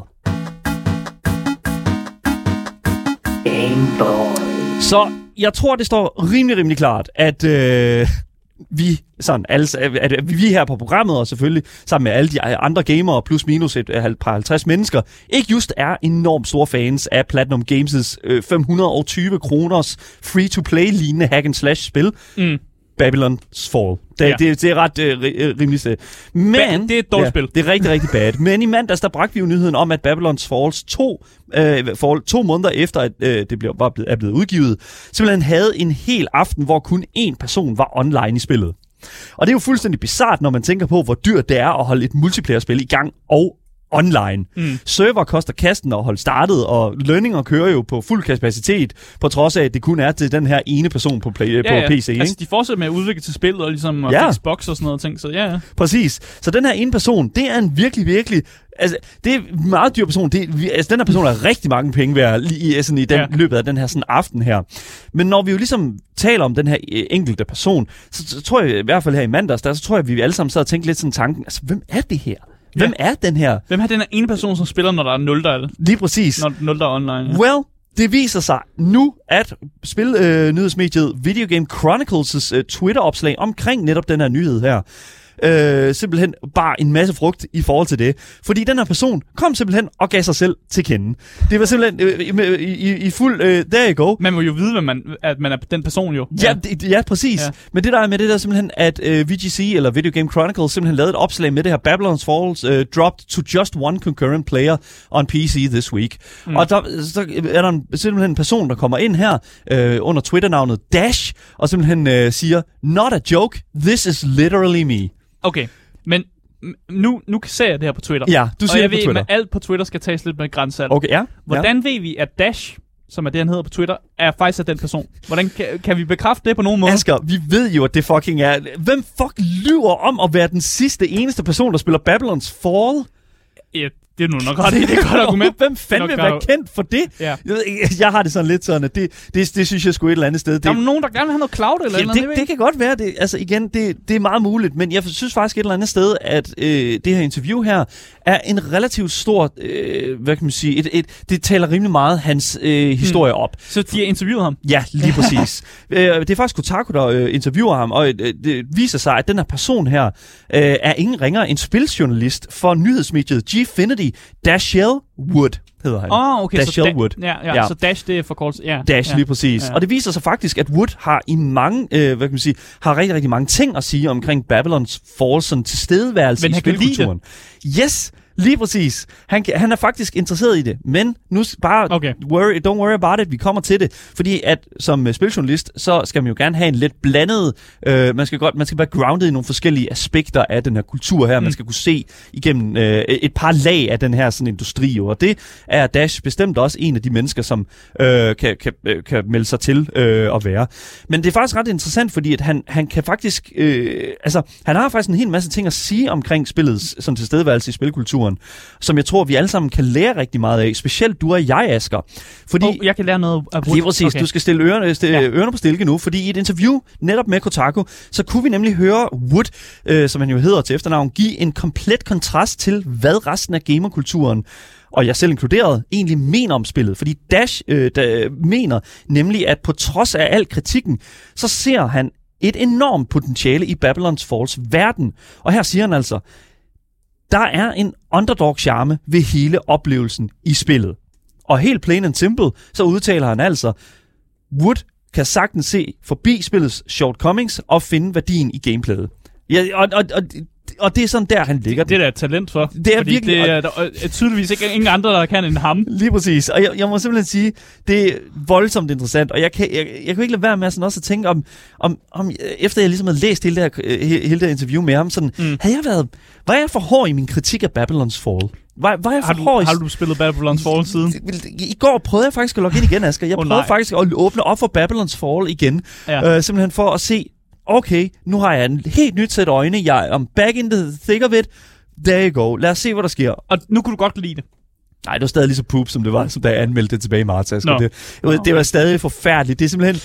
Gameboys. Så jeg tror, det står rimelig klart, at vi her på programmet, og selvfølgelig sammen med alle de andre gamere, plus minus et par 50 mennesker, ikke just er enormt store fans af Platinum Games' 520 kroners free-to-play-lignende hack-and-slash-spil. Babylon's Fall. Det er ret rimeligt. Men det er et dårligt spil. Det er rigtig bad. Men i mandags, der bragte vi jo nyheden om, at Babylon's Falls 2 måneder efter, at det er blevet udgivet, simpelthen havde en hel aften, hvor kun én person var online i spillet. Og det er jo fuldstændig bizart, når man tænker på, hvor dyrt det er at holde et multiplayer-spil i gang og online. Server koster kassen at holde startet, og lønninger kører jo på fuld kapacitet, på trods af, at det kun er til den her ene person på PC. Ikke? Altså, de fortsætter med at udvikle til spillet, og ligesom at Xbox og sådan noget ting, så ja. Præcis. Så den her ene person, det er en virkelig... Altså, det er en meget dyr person. Den her person er rigtig mange penge værd i løbet af den her sådan aften her. Men når vi jo ligesom taler om den her enkelte person, så tror jeg i hvert fald her i mandags, så tror jeg, at vi alle sammen sad og tænkte lidt sådan tanken, altså, hvem er det her? Hvem er den her? Hvem er den her ene person, som spiller, når der er 0 der er det? Lige præcis. Når 0 der er online. Ja. Well, det viser sig nu, at nyhedsmediet Video Game Chronicles' Twitter-opslag omkring netop den her nyhed her, simpelthen bare en masse frugt i forhold til det. Fordi den her person kom simpelthen og gav sig selv til kende. Det var simpelthen i fuld... there you go. Man må jo vide, at man er den person jo. Ja, præcis. Ja. Men det der er med det der simpelthen, at VGC, eller Video Game Chronicles, simpelthen lavede et opslag med det her Babylon's Falls dropped to just one concurrent player on PC this week. Og så er der simpelthen en person, der kommer ind her under Twitter-navnet Dash, og simpelthen siger, not a joke, this is literally me. Okay, men nu ser jeg det her på Twitter. Ja, du ser det på Twitter. Og jeg ved, at alt på Twitter skal tages lidt med grænsalt. Okay, ja. Hvordan ved vi, at Dash, som er det, han hedder på Twitter, er faktisk af den person? Hvordan kan vi bekræfte det på nogen måde? Asger, vi ved jo, at det fucking er... Hvem fuck lyver om at være den eneste person, der spiller Babylon's Fall? Ja, det er nu nok ret. Det er et godt argument. Hvem fanden vil være kendt for det? Ja. Jeg har det sådan lidt sådan, at det synes jeg sgu et eller andet sted. Der er nogen, der gerne vil have noget cloud eller noget. Det kan godt være. Det er meget muligt, men jeg synes faktisk et eller andet sted, at det her interview her er en relativt stor, hvad kan man sige, det taler rimelig meget hans historie op. Så de har interviewet ham? Ja, lige præcis. Det er faktisk Kotaku, der interviewer ham, og det viser sig, at den her person her er ingen ringere end spiljournalist for nyhedsmediet Gfinity. Dashiell Wood hedder han. Okay. Dashiell Wood. Ja. Så Dash, det er forkortelse. Ja. Dash, lige præcis. Ja. Og det viser sig faktisk, at Wood har i mange, har rigtig, rigtig mange ting at sige omkring Babylon's Fall, sådan tilstedeværelse i spilkulturen. Yes, lige præcis. Han er faktisk interesseret i det, men nu bare don't worry about it, vi kommer til det. Fordi at som spiljournalist, så skal man jo gerne have en lidt blandet, man skal være grounded i nogle forskellige aspekter af den her kultur her. Man skal kunne se igennem et par lag af den her sådan industri, og det er Dash bestemt også en af de mennesker, som kan melde sig til at være. Men det er faktisk ret interessant, fordi at han kan faktisk, han har faktisk en hel masse ting at sige omkring spillets sådan tilstedeværelse i spilkulturen. gamerkulturen, som jeg tror, vi alle sammen kan lære rigtig meget af, specielt du og jeg, Asger. Fordi jeg kan lære noget af Wood. Lige præcis, okay. Du skal stille ørerne på stilke nu, fordi i et interview netop med Kotaku, så kunne vi nemlig høre Wood, som han jo hedder til efternavn, give en komplet kontrast til, hvad resten af gamerkulturen, og jeg selv inkluderet, egentlig mener om spillet. Fordi Dash mener nemlig, at på trods af al kritikken, så ser han et enormt potentiale i Babylon's Falls verden. Og her siger han altså, der er en underdog-charme ved hele oplevelsen i spillet. Og helt plain and simple, så udtaler han altså, Wood kan sagtens se forbi spillets shortcomings og finde værdien i gameplayet. Ja, og det er sådan der, han ligger. Det er der et talent for. Det er virkelig... Det er tydeligvis ikke ingen andre, der kan end ham. Lige præcis. Og jeg må simpelthen sige, det er voldsomt interessant. Og jeg kan ikke lade være med sådan også at tænke om efter jeg ligesom havde læst hele det her interview med ham, sådan, var jeg for hård i min kritik af Babylon's Fall? Har du spillet Babylon's Fall siden? I går prøvede jeg faktisk at logge ind igen, Asger. Jeg prøvede faktisk at åbne op for Babylon's Fall igen. Ja. Simpelthen for at se, okay, nu har jeg en helt nyt sæt øjne. Jeg er back in the thick of it. There you go. Lad os se, hvad der sker. Og nu kunne du godt lide det. Nej, det var stadig lige så poop, som det var, som da jeg anmeldte det tilbage i marts. Det var stadig forfærdeligt. Det er simpelthen...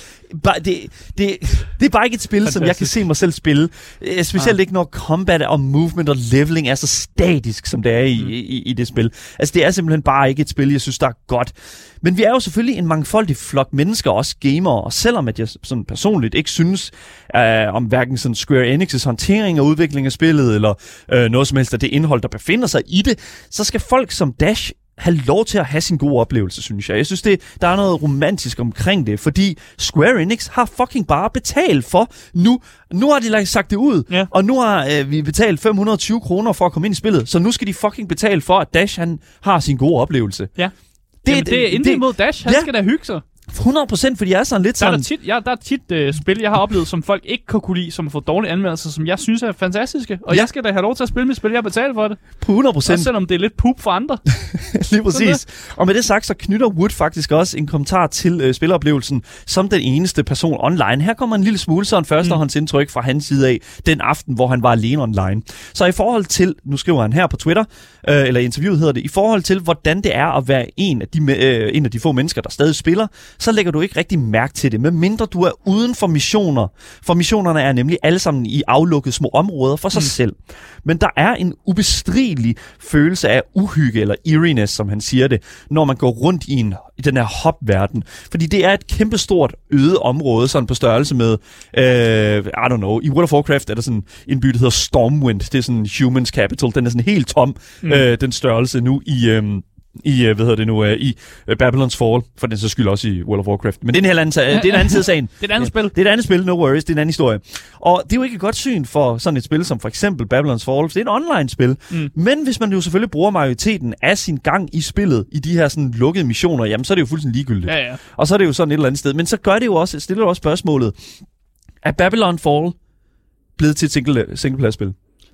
Det er bare ikke et spil, som jeg kan se mig selv spille. Specielt ikke når combat og movement og leveling er så statisk, som det er i det spil. Altså, det er simpelthen bare ikke et spil, jeg synes, der er godt. Men vi er jo selvfølgelig en mangfoldig flok mennesker, også gamere, og selvom at jeg sådan personligt ikke synes om hverken sådan Square Enix's håndtering og udvikling af spillet, eller noget som helst af det indhold, der befinder sig i det, så skal folk som Dash have lov til at have sin gode oplevelse, synes jeg. Jeg synes, der er noget romantisk omkring det, fordi Square Enix har fucking bare betalt for. Nu har de sagt det ud, og nu har vi betalt 520 kroner for at komme ind i spillet, så nu skal de fucking betale for, at Dash han har sin gode oplevelse. Ja. Det er intet imod Dash. Han skal da hygge sig. 100%, fordi jeg er sådan lidt sådan... Der er tit spil, jeg har oplevet, som folk ikke kan kunne lide, som har fået dårlige anmeldelser, som jeg synes er fantastiske. Og jeg skal da have lov til at spille mit spil, jeg betaler for det. På 100%. Også selvom det er lidt poop for andre. Lige præcis. Og med det sagt, så knytter Wood faktisk også en kommentar til spiloplevelsen som den eneste person online. Her kommer en lille smule sådan førstehåndsindtryk fra hans side af den aften, hvor han var alene online. Så i forhold til, nu skriver han her på Twitter, eller interviewet hedder det, i forhold til, hvordan det er at være en af de få mennesker, der stadig spiller, så lægger du ikke rigtig mærke til det, medmindre du er uden for missioner. For missionerne er nemlig alle sammen i aflukkede små områder for sig selv. Men der er en ubestridelig følelse af uhygge, eller eeriness, som han siger det, når man går rundt i den her hop-verden. Fordi det er et kæmpestort øde område, sådan på størrelse med, I don't know, i World of Warcraft er der sådan en by, der hedder Stormwind. Det er sådan Humans Capital. Den er sådan helt tom, den størrelse nu i Babylon's Fall, for den så skyld også i World of Warcraft. Men det er en anden side af sagen. Det er et andet spil. Det er et andet spil, no worries, det er en anden historie. Og det er jo ikke et godt syn for sådan et spil som for eksempel Babylon's Fall, det er et online-spil. Men hvis man jo selvfølgelig bruger majoriteten af sin gang i spillet, i de her sådan lukkede missioner, jamen så er det jo fuldstændig ligegyldigt. Ja. Og så er det jo sådan et eller andet sted. Men så gør det jo også, stiller jo også spørgsmålet, er Babylon Fall blevet til et single-player-spil?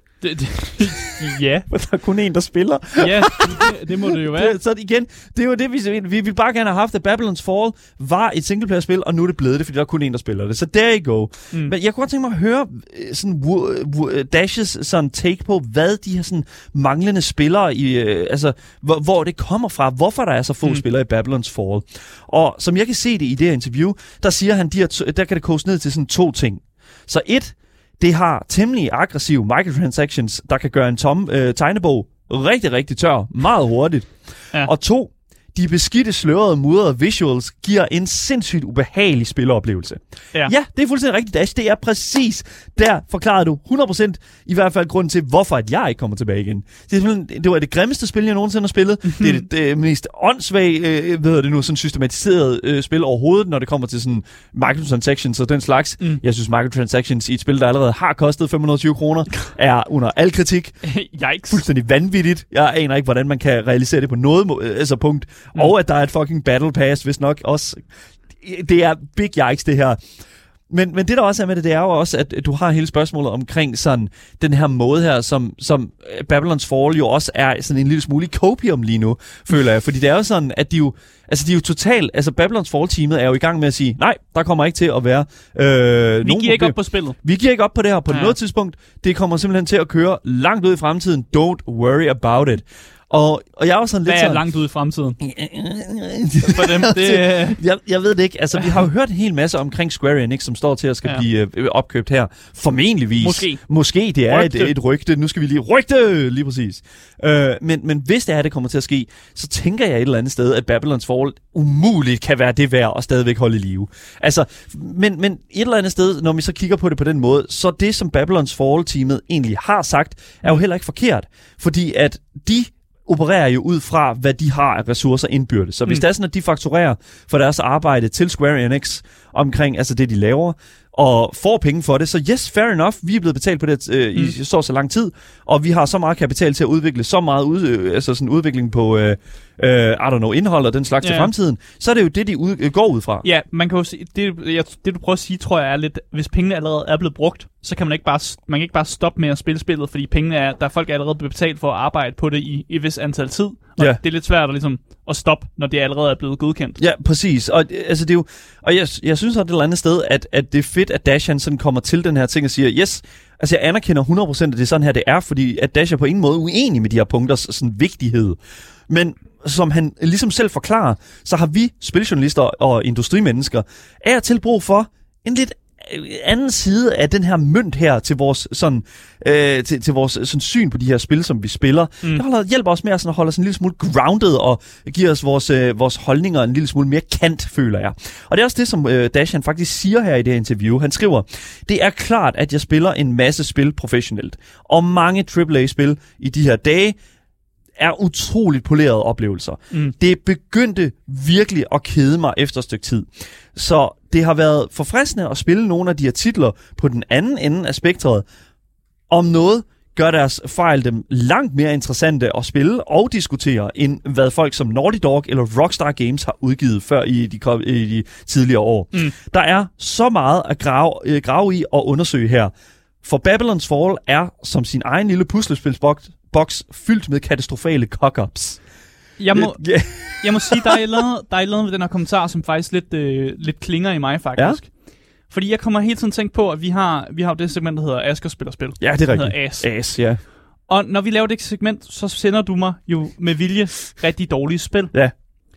Ja. Men der er kun en, der spiller. Ja, det må det jo være. Så igen, det er jo det, vi vil bare gerne have haft, at Babylon's Fall var et singleplayer-spil, og nu er det blevet det, fordi der er kun en, der spiller det. Så there you go. Men jeg kunne godt tænke mig at høre sådan, Dashes sådan take på, hvad de her sådan manglende spillere, hvor det kommer fra, hvorfor der er så få spillere i Babylon's Fall. Og som jeg kan se det i det her interview, der siger han, der kan det koges ned til sådan 2 ting. Så 1, det har temmelig aggressive microtransactions, der kan gøre en tom tegnebog rigtig, rigtig tør, meget hurtigt. Ja. Og 2, de beskidte, slørede, mudrede visuals giver en sindssygt ubehagelig spilleoplevelse. Ja, det er fuldstændig rigtigt, Dash. Det er præcis der, forklarede du 100% i hvert fald grunden til, hvorfor at jeg ikke kommer tilbage igen. Det var det grimmeste spil, jeg nogensinde har spillet. Det er det mest åndssvage, sådan systematiseret spil overhovedet, når det kommer til sådan microtransactions og den slags. Jeg synes, microtransactions i et spil, der allerede har kostet 520 kroner, er under al kritik. Yikes. Fuldstændig vanvittigt. Jeg aner ikke, hvordan man kan realisere det på noget punkt. Og at der er et fucking battle pass, hvis nok også. Det er big yikes, det her. Men det der også er med det er jo også, at du har hele spørgsmålet omkring sådan den her måde her, som Babylon's Fall jo også er sådan en lille smule copium lige nu, føler jeg. Fordi det er jo sådan, at de er jo totalt... Altså Babylon's Fall-teamet er jo i gang med at sige, nej, der kommer ikke til at være vi giver ikke op på spillet. Vi giver ikke op på det her på noget tidspunkt. Det kommer simpelthen til at køre langt ud i fremtiden. Don't worry about it. Og jeg er også sådan lidt... Hvad er langt ud i fremtiden? For dem, jeg ved det ikke. Altså, vi har jo hørt en hel masse omkring Square Enix, som står til at skal blive opkøbt her. Formentligvis. Måske det er et rygte. Nu skal vi lige... Rygte! Lige præcis. Men hvis det kommer til at ske, så tænker jeg et eller andet sted, at Babylon's Fall umuligt kan være det værd og stadigvæk holde i live. Altså, men et eller andet sted, når vi så kigger på det på den måde, så det, som Babylon's Fall-teamet egentlig har sagt, er jo heller ikke forkert. Fordi at de opererer jo ud fra, hvad de har af ressourcer indbyrdes. Så hvis det er sådan, at de fakturerer for deres arbejde til Square Enix omkring altså det, de laver, og får penge for det, så yes, fair enough, vi er blevet betalt på det i så lang tid, og vi har så meget kapital til at udvikle så meget altså sådan udvikling på indhold og den slags til fremtiden, så er det jo det, de går ud fra. Ja, man kan jo sige, det du prøver at sige, tror jeg er lidt, hvis pengene allerede er blevet brugt, så kan man kan ikke bare stoppe med at spille spillet, fordi pengene der er folk allerede blevet betalt for at arbejde på det i et vis antal tid, og det er lidt svært at, ligesom, at stoppe, når det allerede er blevet godkendt. Ja, præcis. Og altså det er jo, og jeg synes også et eller andet sted, at det er fedt, at Dash han sådan kommer til den her ting og siger, yes, altså jeg anerkender 100% at det er sådan her, det er, fordi at Dash er på ingen måde uenig med de her punkters sådan vigtighed. Men som han ligesom selv forklarer, så har vi spiljournalister og industrimennesker af og til brug for en lidt anden side af den her mønt her til vores sådan til vores sådan syn på de her spil, som vi spiller. Det hjælper os med at holde os en lille smule grounded og giver os vores holdninger en lille smule mere kant, føler jeg. Og det er også det, som Dash han faktisk siger her i det her interview. Han skriver, det er klart, at jeg spiller en masse spil professionelt, og mange AAA-spil i de her dage er utroligt polerede oplevelser. Det begyndte virkelig at kede mig efter et stykke tid. Så det har været forfriskende at spille nogle af de her titler på den anden ende af spektret. Om noget gør deres fejl dem langt mere interessante at spille og diskutere, end hvad folk som Naughty Dog eller Rockstar Games har udgivet før i de tidligere år. Der er så meget at grave i og undersøge her. For Babylon's Fall er som sin egen lille puslespilsboks fyldt med katastrofale cock-ups. Jeg må sige, der er et ved den her kommentar, som faktisk lidt klinger i mig, faktisk. Ja? Fordi jeg kommer hele tiden til at tænke på, at vi har jo det segment, der hedder Asger spiller spil. Ja, det er rigtigt. As, ja. Og når vi laver det segment, så sender du mig jo med vilje rigtig dårlige spil. Ja.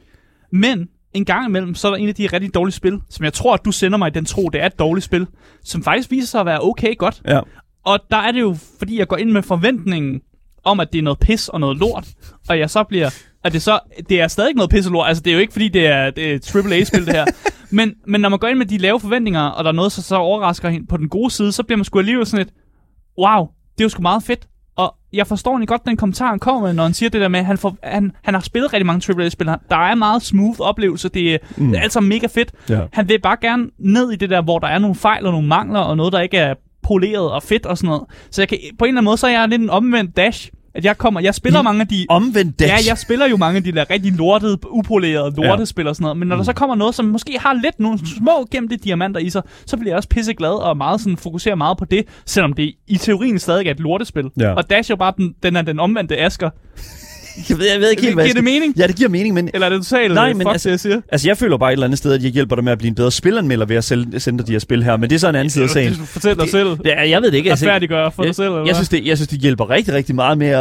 Men en gang imellem, så er der en af de rigtig dårlige spil, som jeg tror, at du sender mig i den tro, det er et dårligt spil, som faktisk viser sig at være okay godt. Ja. Og der er det jo, fordi jeg går ind med forventningen om, at det er noget pis og noget lort, og jeg så bliver... det er stadig noget pis og lort. Altså, det er jo ikke, fordi det er et AAA-spil, det her. Men når man går ind med de lave forventninger, og der er noget, så overrasker hende på den gode side, så bliver man sgu alligevel sådan et, wow, det er jo sgu meget fedt. Og jeg forstår egentlig godt, den kommentar, han kommer med, når han siger det der med, han har spillet rigtig mange AAA-spil. Der er meget smooth oplevelse, det er altså mega fedt. Ja. Han vil bare gerne ned i det der, hvor der er nogle fejl og nogle mangler, og noget, der ikke er poleret og fedt og sådan noget. Så jeg kan, på en eller anden måde, så er jeg lidt en omvendt Dash. At jeg spiller mange af de... Omvendt Dash? Ja, jeg spiller jo mange af de der rigtig lortede, upolerede lortespil og sådan noget. Men når der så kommer noget, som måske har lidt nogle små gemte diamanter i sig, så bliver jeg også pisseglad og meget sådan, fokuserer meget på det, selvom det i teorien stadig er et lortespil. Ja. Og Dash er jo bare den omvendte Asger. Jeg ved ikke helt, hvad giver det mening? Ja, det giver mening, men... Eller er det totalt det, jeg siger? Altså, jeg føler bare et eller andet sted, at jeg hjælper dig med at blive en bedre spilanmelder ved at sende de her spil her, men det er så en anden side af sagen. Fortæl dig selv. Ja, jeg ved det ikke. Retfærdiggør for dig selv, eller hvad? Jeg synes, det hjælper rigtig, rigtig meget med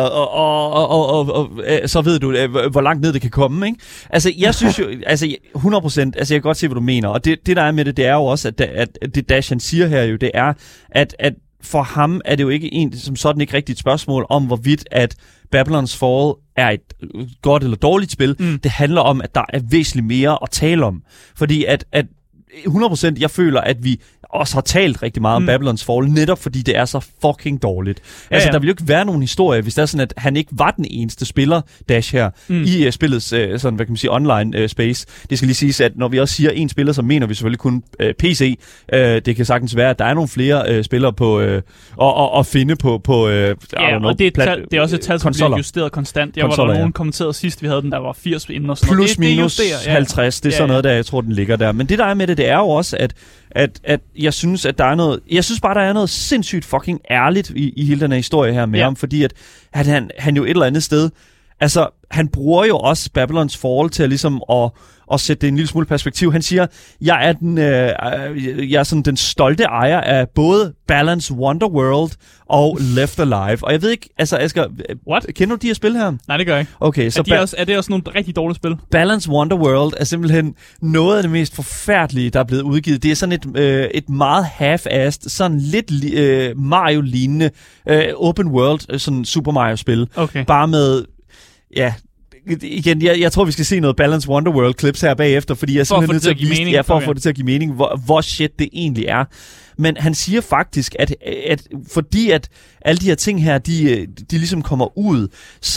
og så ved du, hvor langt ned det kan komme, ikke? Altså, jeg synes jo... Altså, 100%... Altså, jeg kan godt se, hvad du mener. Og det der er med det er jo også, at det Dash, han siger her jo, det er, at for ham er det jo ikke som sådan ikke rigtigt et spørgsmål om, hvorvidt at Babylon's Fall er et godt eller dårligt spil. Det handler om, at der er væsentligt mere at tale om. Fordi at 100% jeg føler, at vi også har talt rigtig meget om Babylon's Fall, netop fordi det er så fucking dårligt. Altså, der vil jo ikke være nogen historie, hvis det er sådan, at han ikke var den eneste spiller, Dash her, i spillets sådan, hvad kan man sige, online space. Det skal lige siges, at når vi også siger en spiller, så mener vi selvfølgelig kun PC. Det kan sagtens være, at der er nogle flere spillere på at finde på og det er også et tal, som bliver justeret konstant. Var der nogen kommenteret sidst, vi havde den, der var 80 inden og sådan plus minus 50, det er sådan noget, der jeg tror, den ligger der. Men det der er med det det er jo også, at jeg synes, at der er noget... Jeg synes bare, der er noget sindssygt fucking ærligt i hele den her historie her med ham, fordi at han jo et eller andet sted... Altså, han bruger jo også Babylon's Fall til at ligesom at sætte det en lille smule perspektiv. Han siger, jeg er sådan den stolte ejer af både Balan's Wonderworld og Left Alive. Og jeg ved ikke, altså Asger, kender du de her spil her? Nej, det gør jeg ikke. Okay, så er det også nogle rigtig dårlige spil? Balan's Wonderworld er simpelthen noget af det mest forfærdelige, der er blevet udgivet. Det er sådan et meget half-assed, sådan lidt Mario-lignende open world, sådan Super Mario-spil. Okay. Bare med... Ja, igen, jeg tror, vi skal se noget Balan's Wonderworld-clips her bagefter, fordi jeg er simpelthen nødt til at vise, for at få det til at give mening, hvor shit det egentlig er. Men han siger faktisk, at fordi at alle de her ting her, de ligesom kommer ud,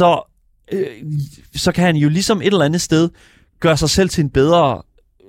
så kan han jo ligesom et eller andet sted gøre sig selv til en bedre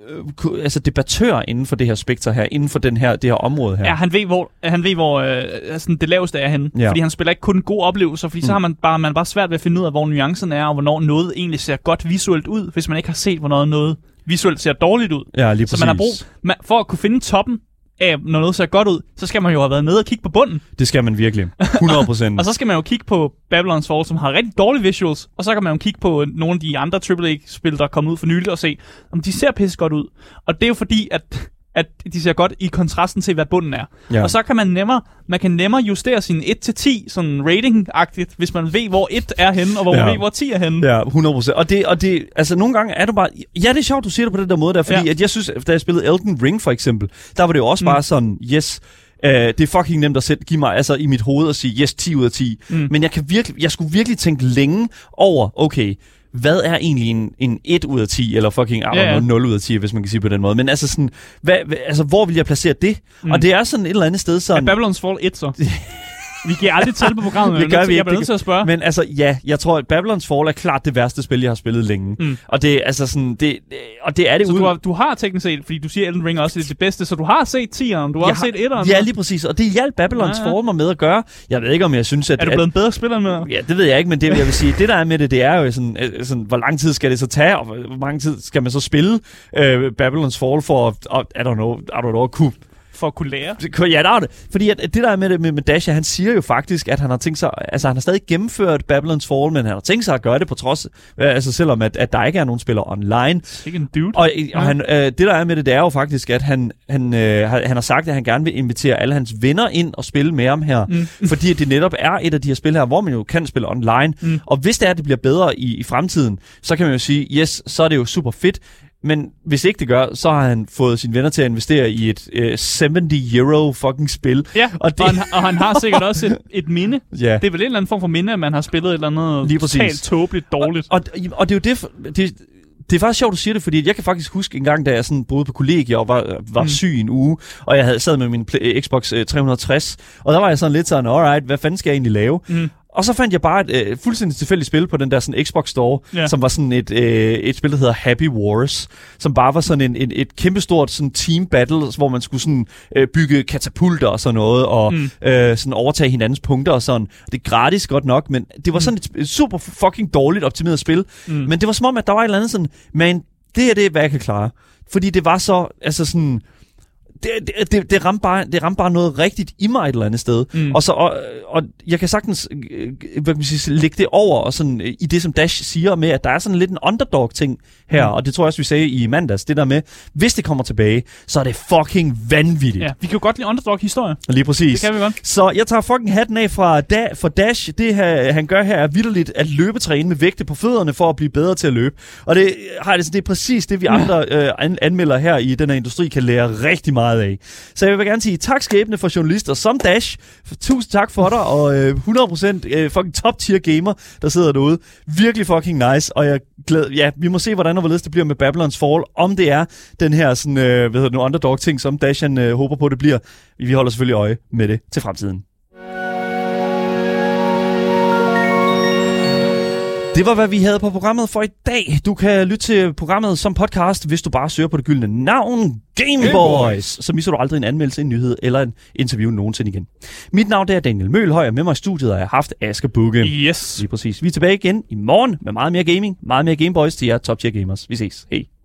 debattør inden for det her spekter her, inden for det her område her. Ja, han ved hvor sådan det laveste er henne, fordi han spiller ikke kun gode oplevelser, fordi så har man bare svært ved at finde ud af, hvor nuancerne er, og hvornår noget egentlig ser godt visuelt ud, hvis man ikke har set, hvornår noget visuelt ser dårligt ud. Ja, lige præcis. Så man har brug for at kunne finde toppen af, når noget ser godt ud, så skal man jo have været nede og kigge på bunden. Det skal man virkelig. 100%. Og så skal man jo kigge på Babylon's Fall, som har rigtig dårlige visuals, og så kan man jo kigge på nogle af de andre AAA-spil, der er kommet ud for nylig, og se, om de ser pisse godt ud. Og det er jo fordi, at de ser godt i kontrasten til, hvad bunden er. Ja. Og så kan man nemmere justere sin 1-10, sådan rating-agtigt, hvis man ved, hvor 1 er henne, og hvor man ved, hvor 10 er henne. Ja, 100%. Og det, altså nogle gange er du bare... Ja, det er sjovt, du siger det på den der måde der, fordi at jeg synes, da jeg spillede Elden Ring for eksempel, der var det jo også bare sådan, yes... det er fucking nemt at give mig i mit hoved og sige, yes, 10 ud af 10. Men jeg skulle virkelig tænke længe over, okay, hvad er egentlig en 1 ud af 10, eller fucking 0 ud af 10, hvis man kan sige på den måde. Men altså sådan, hvor vil jeg placere det? Og det er sådan et eller andet sted sådan... Er Babylon's Fall 1 så? Vi giver aldrig tal på programmet, det gør vi ikke. Jeg bliver nødt til at spørge. Men altså, ja, jeg tror, at Babylon's Fall er klart det værste spil, jeg har spillet længe. Og det er altså sådan, og det er det. Så du har teknisk set, fordi du siger Elden Ring også er det bedste, så du har set 10'eren, du har set 1'eren. Ja, lige præcis, og det hjalp Babylon's Fall mig med at gøre. Jeg ved ikke, om jeg synes, at... Er du blevet en bedre spiller med? Ja, det ved jeg ikke, men det jeg vil sige, det der er med det er jo sådan, hvor lang tid skal det så tage, og hvor lang tid skal man så spille Babylon's Fall for, I don't know, kunne... For at kunne lære? Ja, der er det. Fordi at det der er med Dash, han siger jo faktisk, at han har tænkt sig... Altså, han har stadig gennemført Babylon's Fall, men han har tænkt sig at gøre det på trods... Altså, selvom at der ikke er nogen spillere online. Ikke en dude. Og han, det der er med det er jo faktisk, at han har sagt, at han gerne vil invitere alle hans venner ind og spille med ham her. Fordi det netop er et af de her spil her, hvor man jo kan spille online. Og hvis det er, at det bliver bedre i fremtiden, så kan man jo sige, yes, så er det jo super fedt. Men hvis ikke det gør, så har han fået sine venner til at investere i et 70 € fucking spil. Ja, og han har sikkert også et minde. Ja. Det er vel en eller anden form for minde, at man har spillet et eller andet totalt tåbeligt dårligt. Og det er jo det er faktisk sjovt, du siger det, fordi jeg kan faktisk huske en gang, da jeg sådan boede på kollegie og var syg en uge, og jeg sad med min Xbox 360, og der var jeg sådan lidt sådan, alright, hvad fanden skal jeg egentlig lave? Og så fandt jeg bare et fuldstændig tilfældigt spil på den der sådan Xbox Store, som var sådan et spil, der hedder Happy Wars, som bare var sådan et kæmpestort sådan team battle, hvor man skulle sådan bygge katapulter og sådan noget, og sådan overtage hinandens punkter og sådan. Det er gratis godt nok, men det var sådan et super fucking dårligt optimeret spil. Men det var som om, at der var et eller andet sådan, man, det er hvad jeg kan klare. Fordi det var så, altså sådan... Det ramte bare noget rigtigt i mig et eller andet sted. Og jeg kan sagtens hvad kan man sige, lægge det over og sådan, i det, som Dash siger med, at der er sådan lidt en underdog-ting her, og det tror jeg også, vi sagde i mandags, det der med, hvis det kommer tilbage, så er det fucking vanvittigt. Ja, vi kan jo godt lide underdog-historier. Lige præcis. Det kan vi godt. Så jeg tager fucking hatten af for Dash. Det han gør her er vitterligt at løbetræne med vægte på fødderne for at blive bedre til at løbe. Og det er præcis det, vi andre anmelder her i den her industri kan lære rigtig meget af. Så jeg vil gerne sige tak skæbne for journalister som Dash. Tusind tak for dig, og 100% fucking top tier gamer, der sidder derude. Virkelig fucking nice, og jeg glæder, vi må se, hvordan og hvorledes det bliver med Babylon's Fall. Om det er den her sådan, underdog-ting, som Dash håber på, det bliver. Vi holder selvfølgelig øje med det til fremtiden. Det var, hvad vi havde på programmet for i dag. Du kan lytte til programmet som podcast, hvis du bare søger på det gyldne navn Game Boys. Så misser du aldrig en anmeldelse, en nyhed eller en interview nogensinde igen. Mit navn er Daniel Mølhøj, og med mig i studiet har jeg haft Asger Bugge. Yes. Lige præcis. Vi er tilbage igen i morgen med meget mere gaming, meget mere Game Boys til jer top tier gamers. Vi ses. Hej.